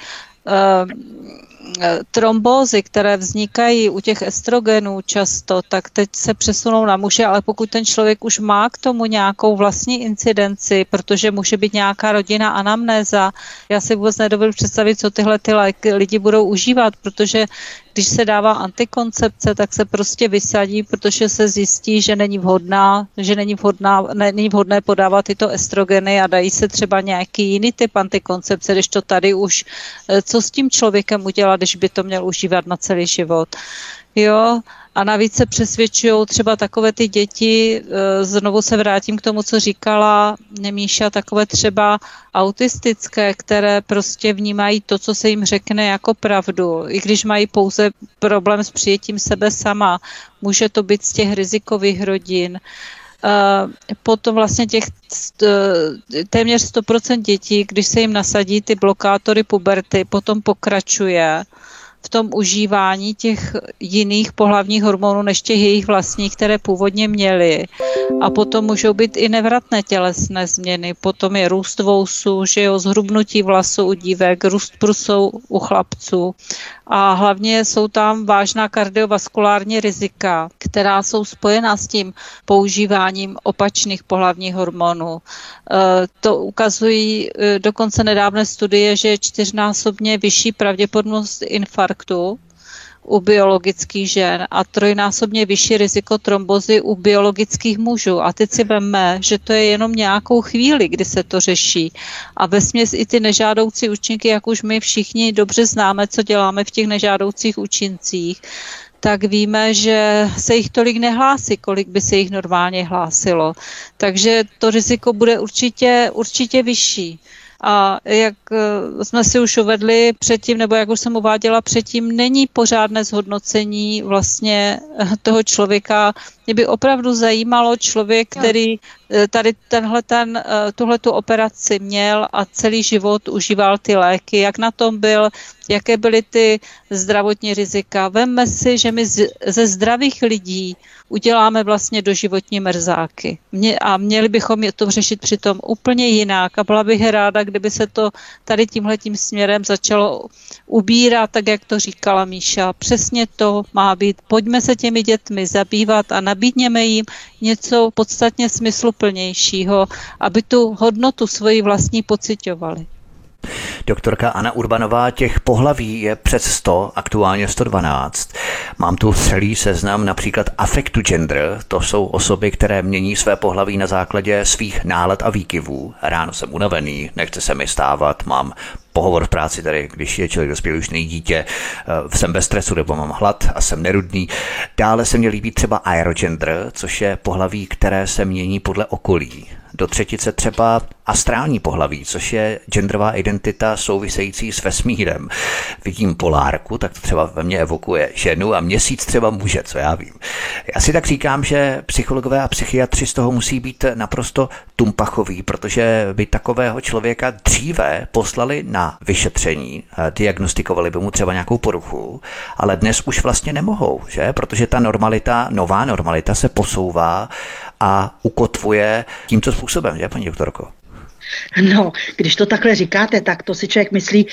trombózy, které vznikají u těch estrogenů často, tak teď se přesunou na muže, ale pokud ten člověk už má k tomu nějakou vlastní incidenci, protože může být nějaká rodinná anamnéza, já si vůbec nedovedu představit, co tyhle lidi budou užívat, protože když se dává antikoncepce, tak se prostě vysadí, protože se zjistí, že není vhodné podávat tyto estrogeny a dají se třeba nějaký jiný typ antikoncepce, když to tady už, co s tím člověkem udělat, když by to měl užívat na celý život. Jo, a navíc se přesvědčují třeba takové ty děti, znovu se vrátím k tomu, co říkala Míša, takové třeba autistické, které prostě vnímají to, co se jim řekne jako pravdu, i když mají pouze problém s přijetím sebe sama. Může to být z těch rizikových rodin. Potom vlastně těch téměř 100% dětí, když se jim nasadí ty blokátory puberty, potom pokračuje v tom užívání těch jiných pohlavních hormonů než těch jejich vlastních, které původně měly. A potom můžou být i nevratné tělesné změny. Potom je růst vousů, že jo, zhrubnutí vlasů u dívek, růst prusou u chlapců. A hlavně jsou tam vážná kardiovaskulární rizika, která jsou spojená s tím používáním opačných pohlavních hormonů. To ukazují dokonce nedávné studie, že je 4násobně vyšší pravděpodobnost infarktu u biologických žen a 3násobně vyšší riziko trombozy u biologických mužů. A teď si vemme, že to je jenom nějakou chvíli, kdy se to řeší. A vesměs i ty nežádoucí účinky, jak už my všichni dobře známe, co děláme v těch nežádoucích účincích, tak víme, že se jich tolik nehlásí, kolik by se jich normálně hlásilo. Takže to riziko bude určitě vyšší. A jak jsme si už uvedli předtím, nebo jak už jsem uváděla předtím, není pořádné zhodnocení vlastně toho člověka, Mě by opravdu zajímalo člověk, který tady tuhletu operaci měl a celý život užíval ty léky, jak na tom byl, jaké byly ty zdravotní rizika. Vemme si, že my ze zdravých lidí uděláme vlastně doživotní mrzáky. A měli bychom to řešit přitom úplně jinak. A byla bych ráda, kdyby se to tady tímhletím směrem začalo ubírat, tak jak to říkala Míša. Přesně to má být. Pojďme se těmi dětmi zabývat a nabídněme jim něco podstatně smysluplnějšího, aby tu hodnotu svoji vlastní pociťovali. Doktorka Anna Urbanová, těch pohlaví je přes 100, aktuálně 112. Mám tu celý seznam například affectu gender, to jsou osoby, které mění své pohlaví na základě svých nálad a výkyvů. Ráno jsem unavený, nechce se mi stávat, mám pohovor v práci tady, když je člověk dospělý, už není dítě, jsem bez stresu nebo mám hlad a jsem nerudný. Dále se mně líbí třeba aerogender, což je pohlaví, které se mění podle okolí. Do třetice třeba astrální pohlaví, což je genderová identita související s vesmírem. Vidím polárku, tak to třeba ve mně evokuje ženu a měsíc třeba muže, co já vím. Já si tak říkám, že psychologové a psychiatři z toho musí být naprosto tumpachoví, protože by takového člověka dříve poslali na vyšetření, diagnostikovali by mu třeba nějakou poruchu, ale dnes už vlastně nemohou, že? Protože ta normalita, nová normalita se posouvá a ukotvuje tímto způsobem, že, paní doktorko? No, když to takhle říkáte, tak to si člověk myslí,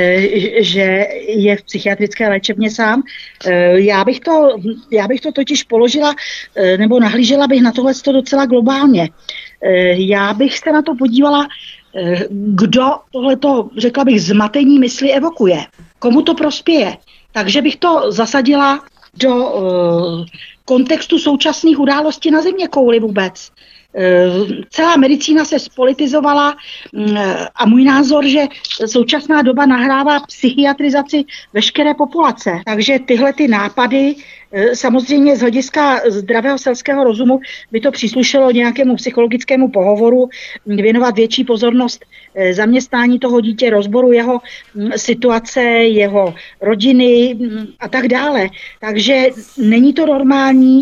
že je v psychiatrické léčebně sám. Já bych to totiž položila, nebo nahlížela bych na tohle docela globálně. Já bych se na to podívala, kdo tohleto, řekla bych, zmatení mysli evokuje. Komu to prospěje. Takže bych to zasadila do kontextu současných událostí na zeměkouli vůbec. Celá medicína se spolitizovala a můj názor, že současná doba nahrává psychiatrizaci veškeré populace. Takže tyhle ty nápady, samozřejmě z hlediska zdravého selského rozumu by to příslušelo nějakému psychologickému pohovoru, věnovat větší pozornost zaměstnání toho dítě, rozboru jeho situace, jeho rodiny a tak dále. Takže není to normální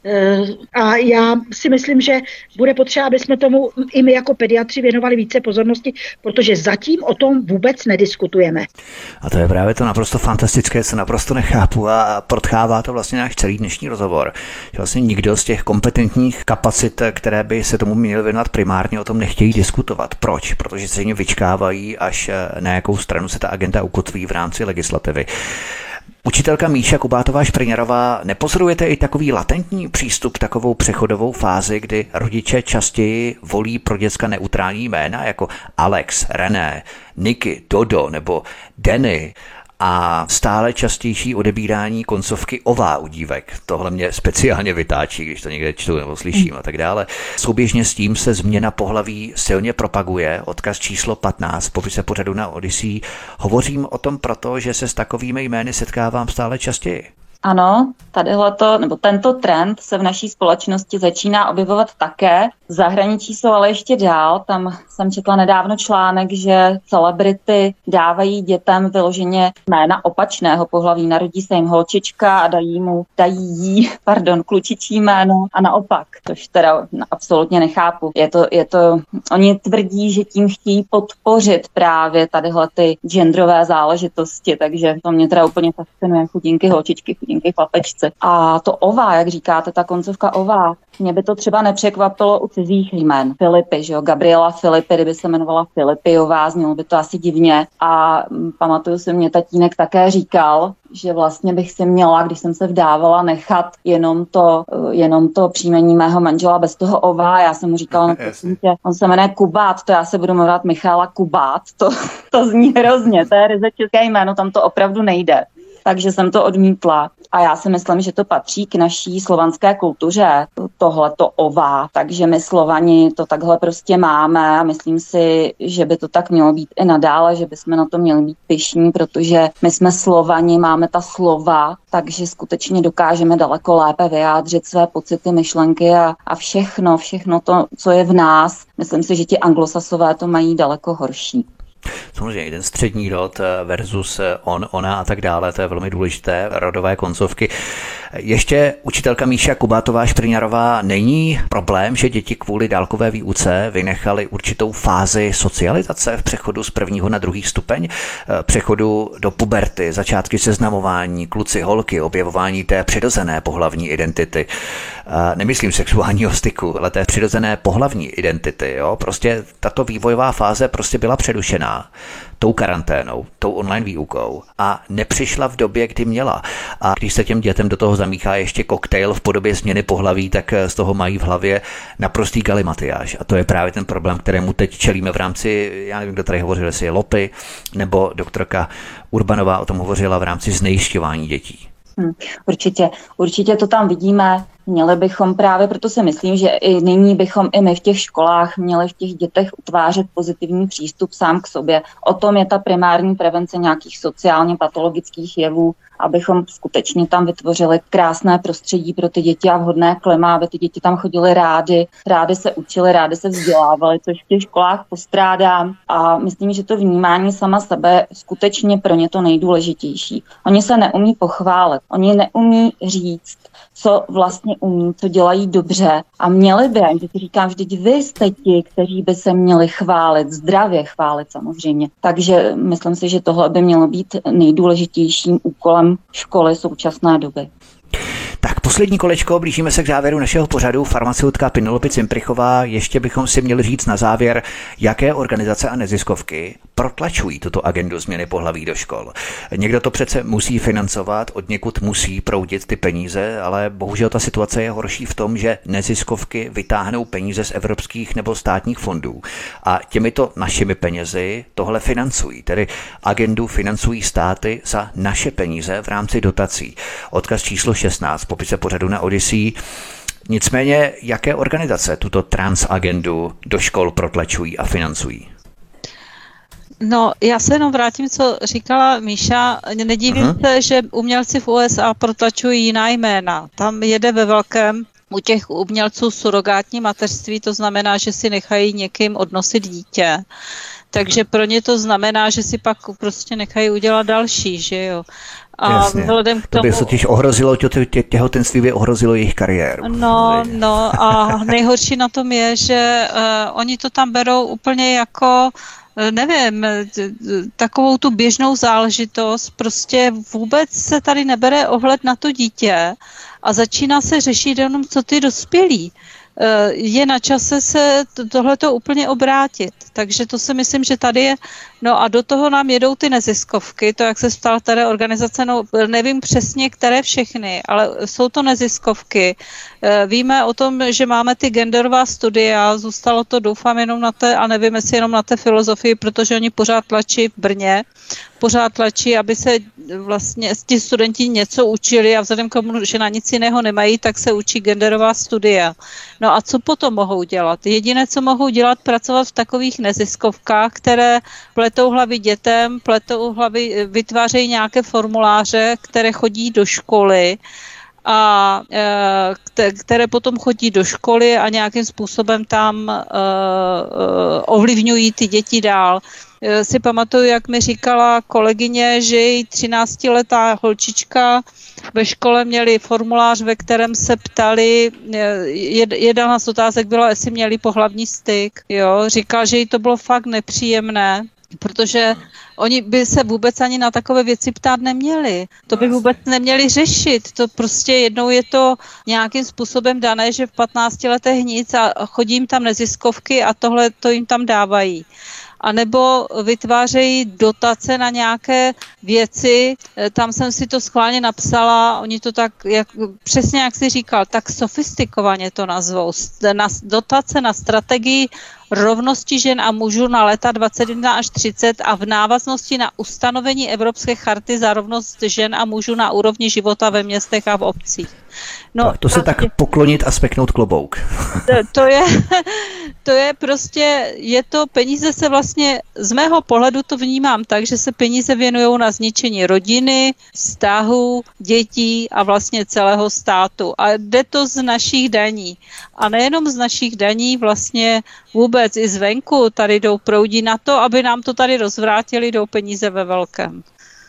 a já si myslím, že bude potřeba, aby jsme tomu i my jako pediatři věnovali více pozornosti, protože zatím o tom vůbec nediskutujeme. A to je právě to naprosto fantastické, co naprosto nechápu a protchává to vlastně náš celý dnešní rozhovor. Že vlastně nikdo z těch kompetentních kapacit, které by se tomu měly věnovat primárně, o tom nechtějí diskutovat. Proč? Protože se jim vyčkávají, až na jakou stranu se ta agenda ukotví v rámci legislativy. Učitelka Míša Kubátová-Špriňarová, nepozorujete i takový latentní přístup, takovou přechodovou fázi, kdy rodiče častěji volí pro děcka neutrální jména jako Alex, René, Niky, Dodo nebo Denny a stále častější odebírání koncovky ová u dívek. Tohle mě speciálně vytáčí, když to někde čtu nebo slyším a tak dále. Souběžně s tím se změna pohlaví silně propaguje. Odkaz číslo 15 v popise pořadu na Odyssey. Hovořím o tom proto, že se s takovými jmény setkávám stále častěji. Ano, tento trend se v naší společnosti začíná objevovat také. V zahraničí jsou ale ještě dál. Tam jsem četla nedávno článek, že celebrity dávají dětem vyloženě jména opačného pohlaví. Narodí se jim holčička a dají jí klučičí jméno a naopak. Což teda absolutně nechápu. Oni tvrdí, že tím chtějí podpořit právě tadyhle ty genderové záležitosti, takže to mě teda úplně fascinuje. Chudinky holčičky, chudinky chlapečce. A to ová, jak říkáte, ta koncovka ová, mě by to třeba nepřekvapilo u cizích jmen. Filipy, že jo, Gabriela Filipy, kdyby se jmenovala Filipyová, znělo by to asi divně. A pamatuju si, mě tatínek také říkal, že vlastně bych si měla, když jsem se vdávala, nechat jenom to příjmení mého manžela bez toho ová. Já jsem mu říkala, že on se jmenuje Kubát, to já se budu jmenovat Michála Kubát. To zní hrozně, to je ryze české jméno, tam to opravdu nejde. Takže jsem to odmítla. A já si myslím, že to patří k naší slovanské kultuře, tohleto ová. Takže my Slovani to takhle prostě máme a myslím si, že by to tak mělo být i nadále, že bychom na to měli být pyšní, protože my jsme Slovani, máme ta slova, takže skutečně dokážeme daleko lépe vyjádřit své pocity, myšlenky a všechno to, co je v nás. Myslím si, že ti anglosasové to mají daleko horší. Samozřejmě jeden střední rod versus on, ona a tak dále, to je velmi důležité, rodové koncovky. Ještě učitelka Míša Kubátová-Špriňarová, není problém, že děti kvůli dálkové výuce vynechaly určitou fázi socializace v přechodu z prvního na druhý stupeň, přechodu do puberty, začátky seznamování, kluci, holky, objevování té přirozené pohlavní identity. Nemyslím sexuálního styku, ale té přirozené pohlavní identity. Jo? Prostě tato vývojová fáze prostě byla přerušená tou karanténou, tou online výukou a nepřišla v době, kdy měla. A když se těm dětem do toho zamíchá ještě koktejl v podobě změny pohlaví, tak z toho mají v hlavě naprostý galimatiáž. A to je právě ten problém, kterému teď čelíme v rámci, já nevím, kdo tady hovořil, jestli je Lopy, nebo doktorka Urbanová o tom hovořila v rámci znejisťování dětí. Určitě to tam vidíme. Měli bychom právě, proto si myslím, že i nyní bychom i my v těch školách měli v těch dětech utvářet pozitivní přístup sám k sobě. O tom je ta primární prevence nějakých sociálně patologických jevů, abychom skutečně tam vytvořili krásné prostředí pro ty děti a vhodné klima, aby ty děti tam chodily rády se učily, rády se vzdělávaly, což v těch školách postrádám. A myslím, že to vnímání sama sebe skutečně pro ně to nejdůležitější. Oni se neumí pochválit, oni neumí říct, co vlastně umí, co dělají dobře a měli by, že si říkám, vždyť vy jste ti, kteří by se měli chválit, zdravě chválit samozřejmě. Takže myslím si, že tohle by mělo být nejdůležitějším úkolem školy současné doby. Tak poslední kolečko, blížíme se k závěru našeho pořadu. Farmaceutka Penelope Cimprichová, ještě bychom si měli říct na závěr, jaké organizace a neziskovky protlačují tuto agendu změny pohlaví do škol. Někdo to přece musí financovat, odněkud musí proudit ty peníze, ale bohužel ta situace je horší v tom, že neziskovky vytáhnou peníze z evropských nebo státních fondů a těmito našimi penězi tohle financují. Tedy agendu financují státy za naše peníze v rámci dotací. Odkaz číslo 16 v popise pořadu na Odyssey. Nicméně, jaké organizace tuto transagendu do škol protlačují a financují? No, já se jenom vrátím, co říkala Míša. Nedivím se, že umělci v USA protlačují jiná jména. Tam jede ve velkém u těch umělců surogátní mateřství, to znamená, že si nechají někým odnosit dítě. Takže pro ně to znamená, že si pak prostě nechají udělat další, že jo. A vzhledem k tomu... To by se totiž ohrozilo, těhotenství by ohrozilo jejich kariéru. No a nejhorší na tom je, že oni to tam berou úplně jako, nevím, takovou tu běžnou záležitost, prostě vůbec se tady nebere ohled na to dítě a začíná se řešit jenom, co ty dospělí. Je na čase se tohleto úplně obrátit. Takže to si myslím, že tady je. No a do toho nám jedou ty neziskovky, to jak se stala tady organizace, no nevím přesně, které všechny, ale jsou to neziskovky. Víme o tom, že máme ty genderová studia, zůstalo to doufám jenom na té, a nevím jestli jenom na té filozofii, protože oni pořád tlačí v Brně, pořád tlačí, aby se vlastně ti studenti něco učili a vzhledem k tomu, že na nic jiného nemají, tak se učí genderová studia. No a co potom mohou dělat? Jediné, co mohou dělat, pracovat v takových neziskovkách, které pletou hlavy dětem, vytvářejí nějaké formuláře, které chodí do školy a které potom chodí do školy a nějakým způsobem tam ovlivňují ty děti dál. Si pamatuju, jak mi říkala kolegyně, že její 13letá holčička ve škole měli formulář, ve kterém se ptali, jedna z otázek byla, jestli měli pohlavní styk. Jo? Říkala, že jí to bylo fakt nepříjemné, protože oni by se vůbec ani na takové věci ptát neměli. To by vůbec neměli řešit. To prostě jednou je to nějakým způsobem dané, že v 15 letech nic a chodí jim tam neziskovky a tohle to jim tam dávají. A nebo vytvářejí dotace na nějaké věci, tam jsem si to schválně napsala, oni to tak, přesně jak jsi říkal, tak sofistikovaně to nazvou. Dotace na strategii rovnosti žen a mužů na léta 21 až 30 a v návaznosti na ustanovení Evropské charty za rovnost žen a mužů na úrovni života ve městech a v obcích. No, tak to se tak poklonit a speknout klobouk. To je prostě, je to, peníze se vlastně, z mého pohledu to vnímám tak, že se peníze věnují na zničení rodiny, vztahů, dětí a vlastně celého státu. A jde to z našich daní. A nejenom z našich daní, vlastně vůbec i zvenku tady jdou proudí na to, aby nám to tady rozvrátili, jdou peníze ve velkém.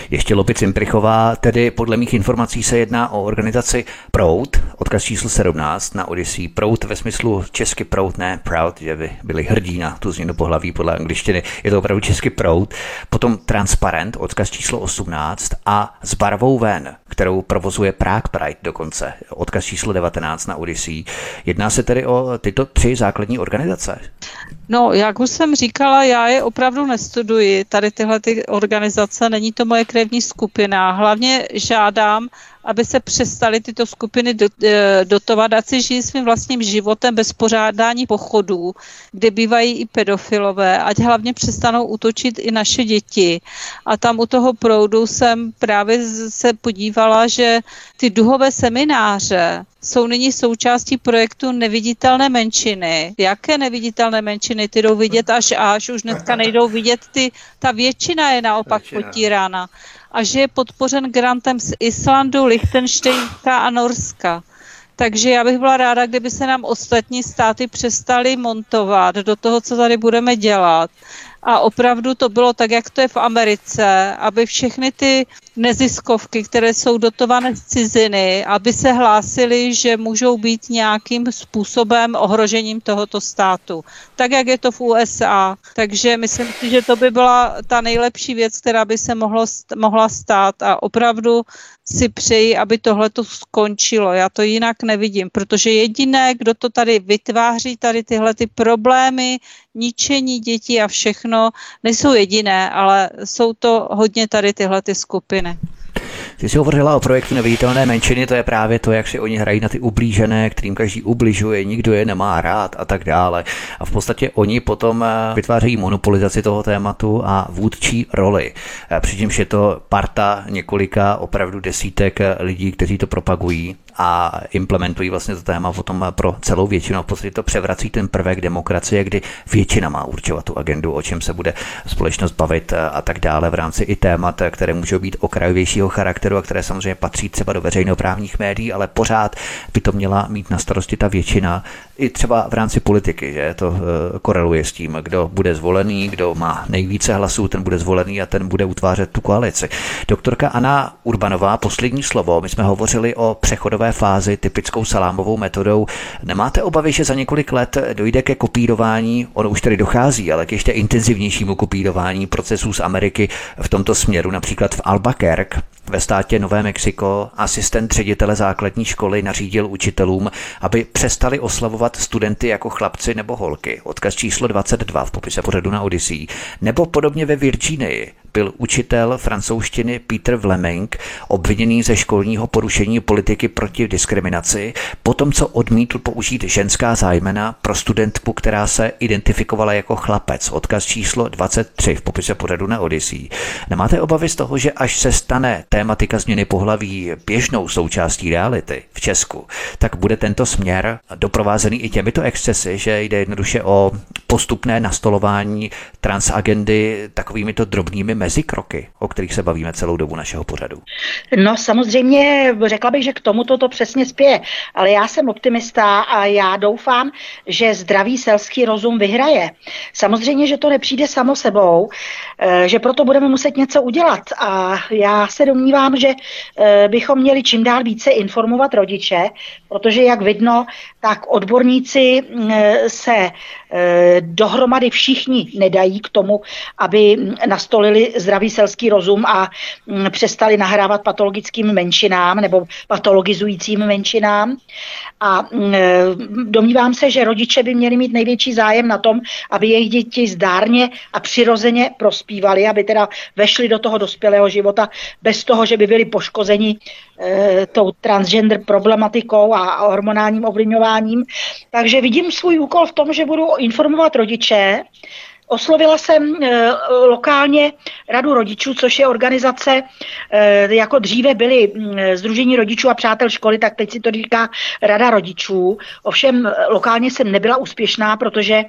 Ještě Lopy Cimprichová, tedy podle mých informací se jedná o organizaci Proud, odkaz číslo 17 na Odyssey. Proud ve smyslu česky proud, ne proud, že by byli hrdí na tu změnu pohlaví podle angličtiny. Je to opravdu česky Proud. Potom Transparent, odkaz číslo 18 a S barvou ven, kterou provozuje Prague Pride dokonce, odkaz číslo 19 na Odyssey. Jedná se tedy o tyto 3 základní organizace? No, jak už jsem říkala, já je opravdu nestuduji, tady tyhle ty organizace, není to moje krevní skupina. Hlavně žádám, aby se přestaly tyto skupiny dotovat, ať si žijí svým vlastním životem bez pořádání pochodů, kde bývají i pedofilové, ať hlavně přestanou útočit i naše děti. A tam u toho Proudu jsem právě se podívala, že ty duhové semináře jsou nyní součástí projektu Neviditelné menšiny. Jaké neviditelné menšiny? Ty jdou vidět až už dneska nejdou vidět, ta většina je naopak potírána. A že je podpořen grantem z Islandu, Lichtenštejnska a Norska. Takže já bych byla ráda, kdyby se nám ostatní státy přestaly montovat do toho, co tady budeme dělat. A opravdu to bylo tak, jak to je v Americe, aby všechny ty neziskovky, které jsou dotované z ciziny, aby se hlásily, že můžou být nějakým způsobem ohrožením tohoto státu. Tak, jak je to v USA. Takže myslím si, že to by byla ta nejlepší věc, která by se mohla stát a opravdu si přeji, aby tohleto skončilo. Já to jinak nevidím, protože jediné, kdo to tady vytváří, tady tyhle ty problémy, ničení dětí a všechno, nejsou jediné, ale jsou to hodně tady tyhle ty skupiny. Ty jsi hovořila o projektu Neviditelné menšiny, to je právě to, jak si oni hrají na ty ublížené, kterým každý ubližuje, nikdo je nemá rád a tak dále. A v podstatě oni potom vytvářejí monopolizaci toho tématu a vůdčí roli. Přičemž je to parta několika, opravdu desítek lidí, kteří to propagují a implementují vlastně to téma potom pro celou většinu. V podstatě to převrací ten prvek demokracie, kdy většina má určovat tu agendu, o čem se bude společnost bavit a tak dále v rámci i témat, které můžou být okrajovějšího charakteru a které samozřejmě patří třeba do veřejnoprávních médií, ale pořád by to měla mít na starosti ta většina, i třeba v rámci politiky, že to koreluje s tím, kdo bude zvolený, kdo má nejvíce hlasů, ten bude zvolený a ten bude utvářet tu koalici. Doktorka Anna Urbanová, poslední slovo. My jsme hovořili o přechodové fázi typickou salámovou metodou. Nemáte obavy, že za několik let dojde ke kopírování, ono už tady dochází, ale k ještě intenzivnějšímu kopírování procesů z Ameriky v tomto směru, například v Albuquerque ve státě Nové Mexiko asistent ředitele základní školy nařídil učitelům, aby přestali oslavovat studenty jako chlapci nebo holky. Odkaz číslo 22 v popise pořadu na Odyssey. Nebo podobně ve Virginii byl učitel francouzštiny Peter Vleming obviněný ze školního porušení politiky proti diskriminaci, potom co odmítl použít ženská zájmena pro studentku, která se identifikovala jako chlapec. Odkaz číslo 23 v popise pořadu na Odyssey. Nemáte obavy z toho, že až se stane tématika změny pohlaví běžnou součástí reality v Česku, tak bude tento směr doprovázený i těmito excesy, že jde jednoduše o postupné nastolování transagendy takovýmito drobnými mezikroky, o kterých se bavíme celou dobu našeho pořadu? No samozřejmě řekla bych, že k tomuto to přesně spěje, ale já jsem optimista a já doufám, že zdravý selský rozum vyhraje. Samozřejmě, že to nepřijde samo sebou, že proto budeme muset něco udělat a já se domnívám, že bychom měli čím dál více informovat rodiče, protože jak vidno, tak odborníci se dohromady všichni nedají k tomu, aby nastolili zdravý selský rozum a přestali nahrávat patologickým menšinám nebo patologizujícím menšinám. A domnívám se, že rodiče by měli mít největší zájem na tom, aby jejich děti zdárně a přirozeně prospívali, aby teda vešli do toho dospělého života bez toho, že by byli poškozeni tou transgender problematikou a hormonálním ovlivňováním. Takže vidím svůj úkol v tom, že budu informovat rodiče. Oslovila jsem lokálně Radu rodičů, což je organizace, jako dříve byly Sdružení rodičů a přátel školy, tak teď si to říká Rada rodičů. Ovšem lokálně jsem nebyla úspěšná, protože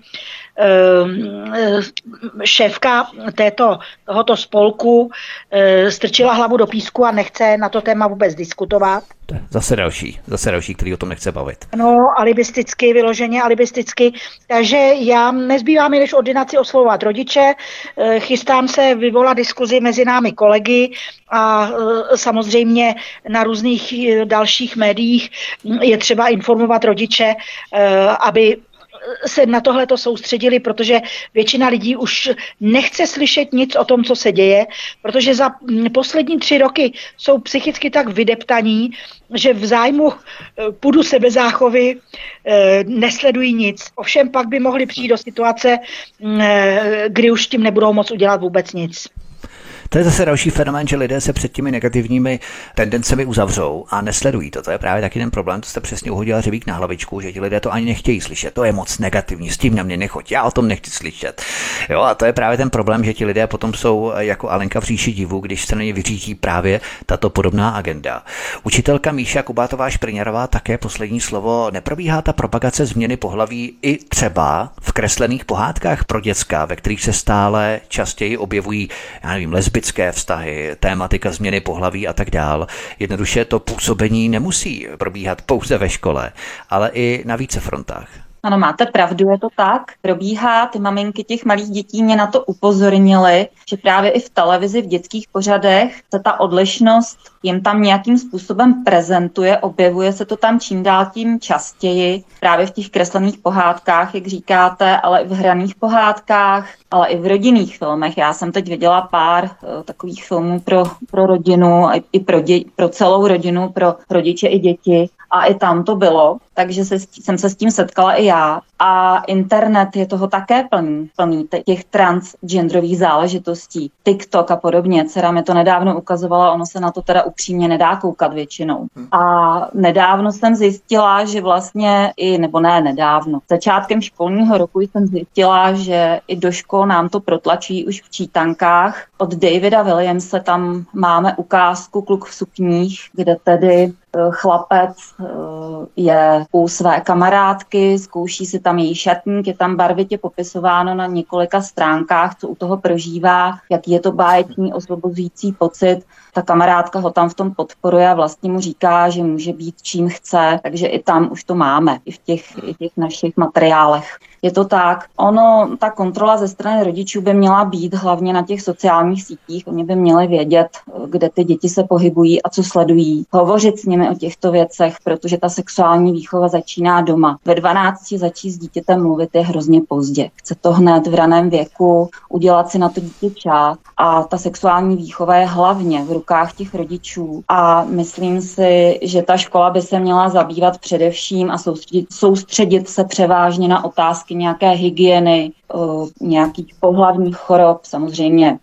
šéfka tohoto spolku strčila hlavu do písku a nechce na to téma vůbec diskutovat. To je zase další, který o tom nechce bavit. No, alibisticky, vyloženě alibisticky. Takže já nezbývá mi než ordinaci oslovovat rodiče, chystám se vyvolat diskuzi mezi námi kolegy a samozřejmě na různých dalších médiích je třeba informovat rodiče, aby se na tohleto soustředili, protože většina lidí už nechce slyšet nic o tom, co se děje, protože za poslední 3 roky jsou psychicky tak vydeptaní, že v zájmu půdu sebezáchovy nesledují nic. Ovšem pak by mohli přijít do situace, kdy už tím nebudou moc udělat vůbec nic. To je zase další fenomén, že lidé se před těmi negativními tendencemi uzavřou a nesledují to. To je právě taky ten problém, to jste přesně uhodila hřebík na hlavičku, že ti lidé to ani nechtějí slyšet. To je moc negativní, s tím na mě nechoď, já o tom nechci slyšet. Jo, a to je právě ten problém, že ti lidé potom jsou jako Alenka v říši divu, když se na ně vyřídí právě tato podobná agenda. Učitelka Míša Kubátová-Špriňarová také poslední slovo. Neprobíhá ta propagace změny pohlaví i třeba v kreslených pohádkách pro děcka, ve kterých se stále častěji objevují, já nevím, lesbické vztahy, tématika změny pohlaví a tak dál. Jednoduše to působení nemusí probíhat pouze ve škole, ale i na více frontách. Ano, máte pravdu, je to tak. Probíhá, ty maminky těch malých dětí mě na to upozornily, že právě i v televizi, v dětských pořadech se ta odlišnost jim tam nějakým způsobem prezentuje, objevuje se to tam čím dál tím častěji, právě v těch kreslených pohádkách, jak říkáte, ale i v hraných pohádkách, ale i v rodinných filmech. Já jsem teď viděla pár takových filmů pro rodinu, i pro celou rodinu, pro rodiče i děti. A i tam to bylo, takže jsem se s tím setkala i já. A internet je toho také plný těch transgenderových záležitostí. TikTok a podobně. Dcera mi to nedávno ukazovala, ono se na to teda upřímně nedá koukat většinou. A nedávno jsem zjistila, že vlastně nedávno. Začátkem školního roku jsem zjistila, že i do škol nám to protlačí už v čítankách. Od Davida Williamse tam máme ukázku Kluk v sukních, kde tedy chlapec je u své kamarádky, zkouší si tam její šatník, je tam barvitě popisováno na několika stránkách, co u toho prožívá, jaký je to báječný, osvobozující pocit. Ta kamarádka ho tam v tom podporuje a vlastně mu říká, že může být čím chce, takže i tam už to máme, i v těch našich materiálech. Je to tak. Ta kontrola ze strany rodičů by měla být hlavně na těch sociálních sítích. Oni by měli vědět, kde ty děti se pohybují a co sledují. Hovořit s nimi o těchto věcech, protože ta sexuální výchova začíná doma. Ve 12 začít s dítětem mluvit je hrozně pozdě. Chce to hned v raném věku, udělat si na to dítě čas a ta sexuální výchova je hlavně v rukách těch rodičů. A myslím si, že ta škola by se měla zabývat především a soustředit se převážně na otázky nějaké hygieny, nějakých pohlavních chorob, samozřejmě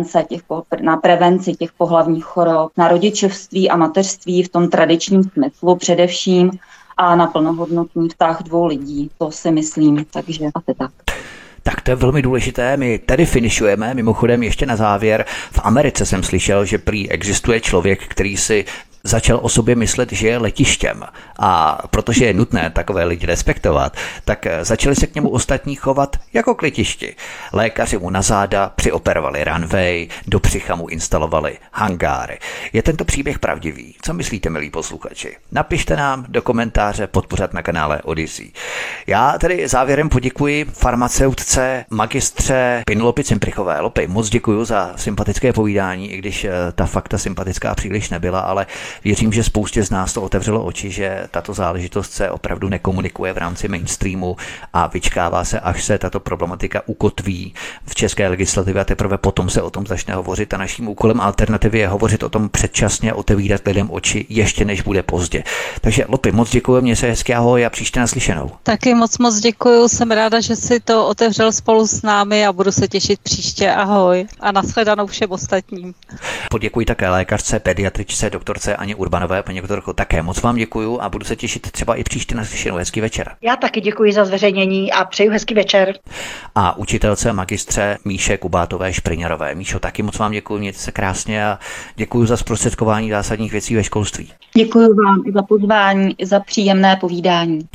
na prevenci těch pohlavních chorob, na rodičovství a mateřství v tom tradičním smyslu především a na plnohodnotný vztah 2 lidí. To si myslím, takže asi tak. Tak to je velmi důležité, my tady finišujeme, mimochodem ještě na závěr. V Americe jsem slyšel, že prý existuje člověk, který si začal o sobě myslet, že je letištěm. A protože je nutné takové lidi respektovat, tak začali se k němu ostatní chovat jako k letišti. Lékaři mu na záda přioperovali runway, do břicha mu instalovali hangáry. Je tento příběh pravdivý? Co myslíte, milí posluchači? Napište nám do komentáře podpořat na kanále Odyssey. Já tedy závěrem poděkuji farmaceutce, magistře Pinolopy Cimprichové. Lopy, moc děkuji za sympatické povídání, i když ta fakta sympatická příliš nebyla, ale věřím, že spoustě z nás to otevřelo oči, že tato záležitost se opravdu nekomunikuje v rámci mainstreamu a vyčkává se, až se tato problematika ukotví v české legislativě a teprve potom se o tom začne hovořit a naším úkolem alternativy je hovořit o tom předčasně, otevírat lidem oči ještě než bude pozdě. Takže Lopy, moc děkuji, měj se hezky, ahoj a příště naslyšenou. Taky moc děkuji, jsem ráda, že si to otevřel spolu s námi a budu se těšit příště, ahoj a nashledanou všem ostatním. Poděkuji také lékařce, pediatričce, doktorce Aně Urbanové. Paní doktorko, také moc vám děkuju a budu se těšit třeba i příště naslyšenou. Hezký večer. Já taky děkuji za zveřejnění a přeju hezký večer. A učitelce magistře Míše Kubátové-Špriňarové. Míšo, taky moc vám děkuji, mějte se krásně a děkuji za zprostředkování zásadních věcí ve školství. Děkuji vám i za pozvání, i za příjemné povídání.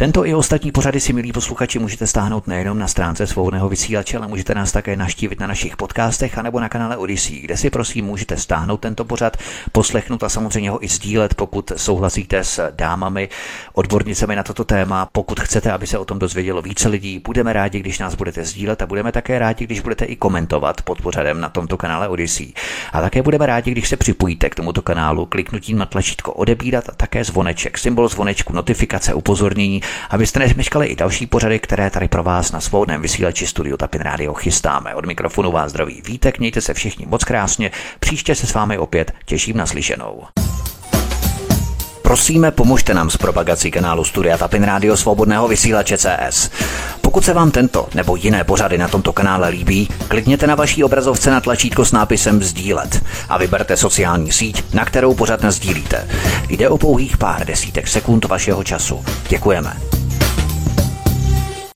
Tento i ostatní pořady si, milí posluchači, můžete stáhnout nejenom na stránce Svobodného vysílače, ale můžete nás také navštívit na našich podcastech anebo na kanále Odyssey, kde si prosím můžete stáhnout tento pořad, poslechnout a samozřejmě ho i sdílet, pokud souhlasíte s dámami, odbornicemi na toto téma. Pokud chcete, aby se o tom dozvědělo více lidí, budeme rádi, když nás budete sdílet a budeme také rádi, když budete i komentovat pod pořadem na tomto kanále Odyssey. A také budeme rádi, když se připojíte k tomuto kanálu kliknutím na tlačítko odebírat a také zvoneček, symbol zvonečku, notifikace, upozornění, abyste nezmeškali i další pořady, které tady pro vás na Svobodném vysílači Studiu Tapin Radio chystáme. Od mikrofonu vás zdraví Vítek, mějte se všichni moc krásně, příště se s vámi opět těším na slyšenou. Prosíme, pomožte nám s propagací kanálu Studia Tapin Radio Svobodného vysílače CS. Pokud se vám tento nebo jiné pořady na tomto kanále líbí, klikněte na vaší obrazovce na tlačítko s nápisem sdílet a vyberte sociální síť, na kterou pořad nasdílíte. Jde o pouhých pár desítek sekund vašeho času. Děkujeme.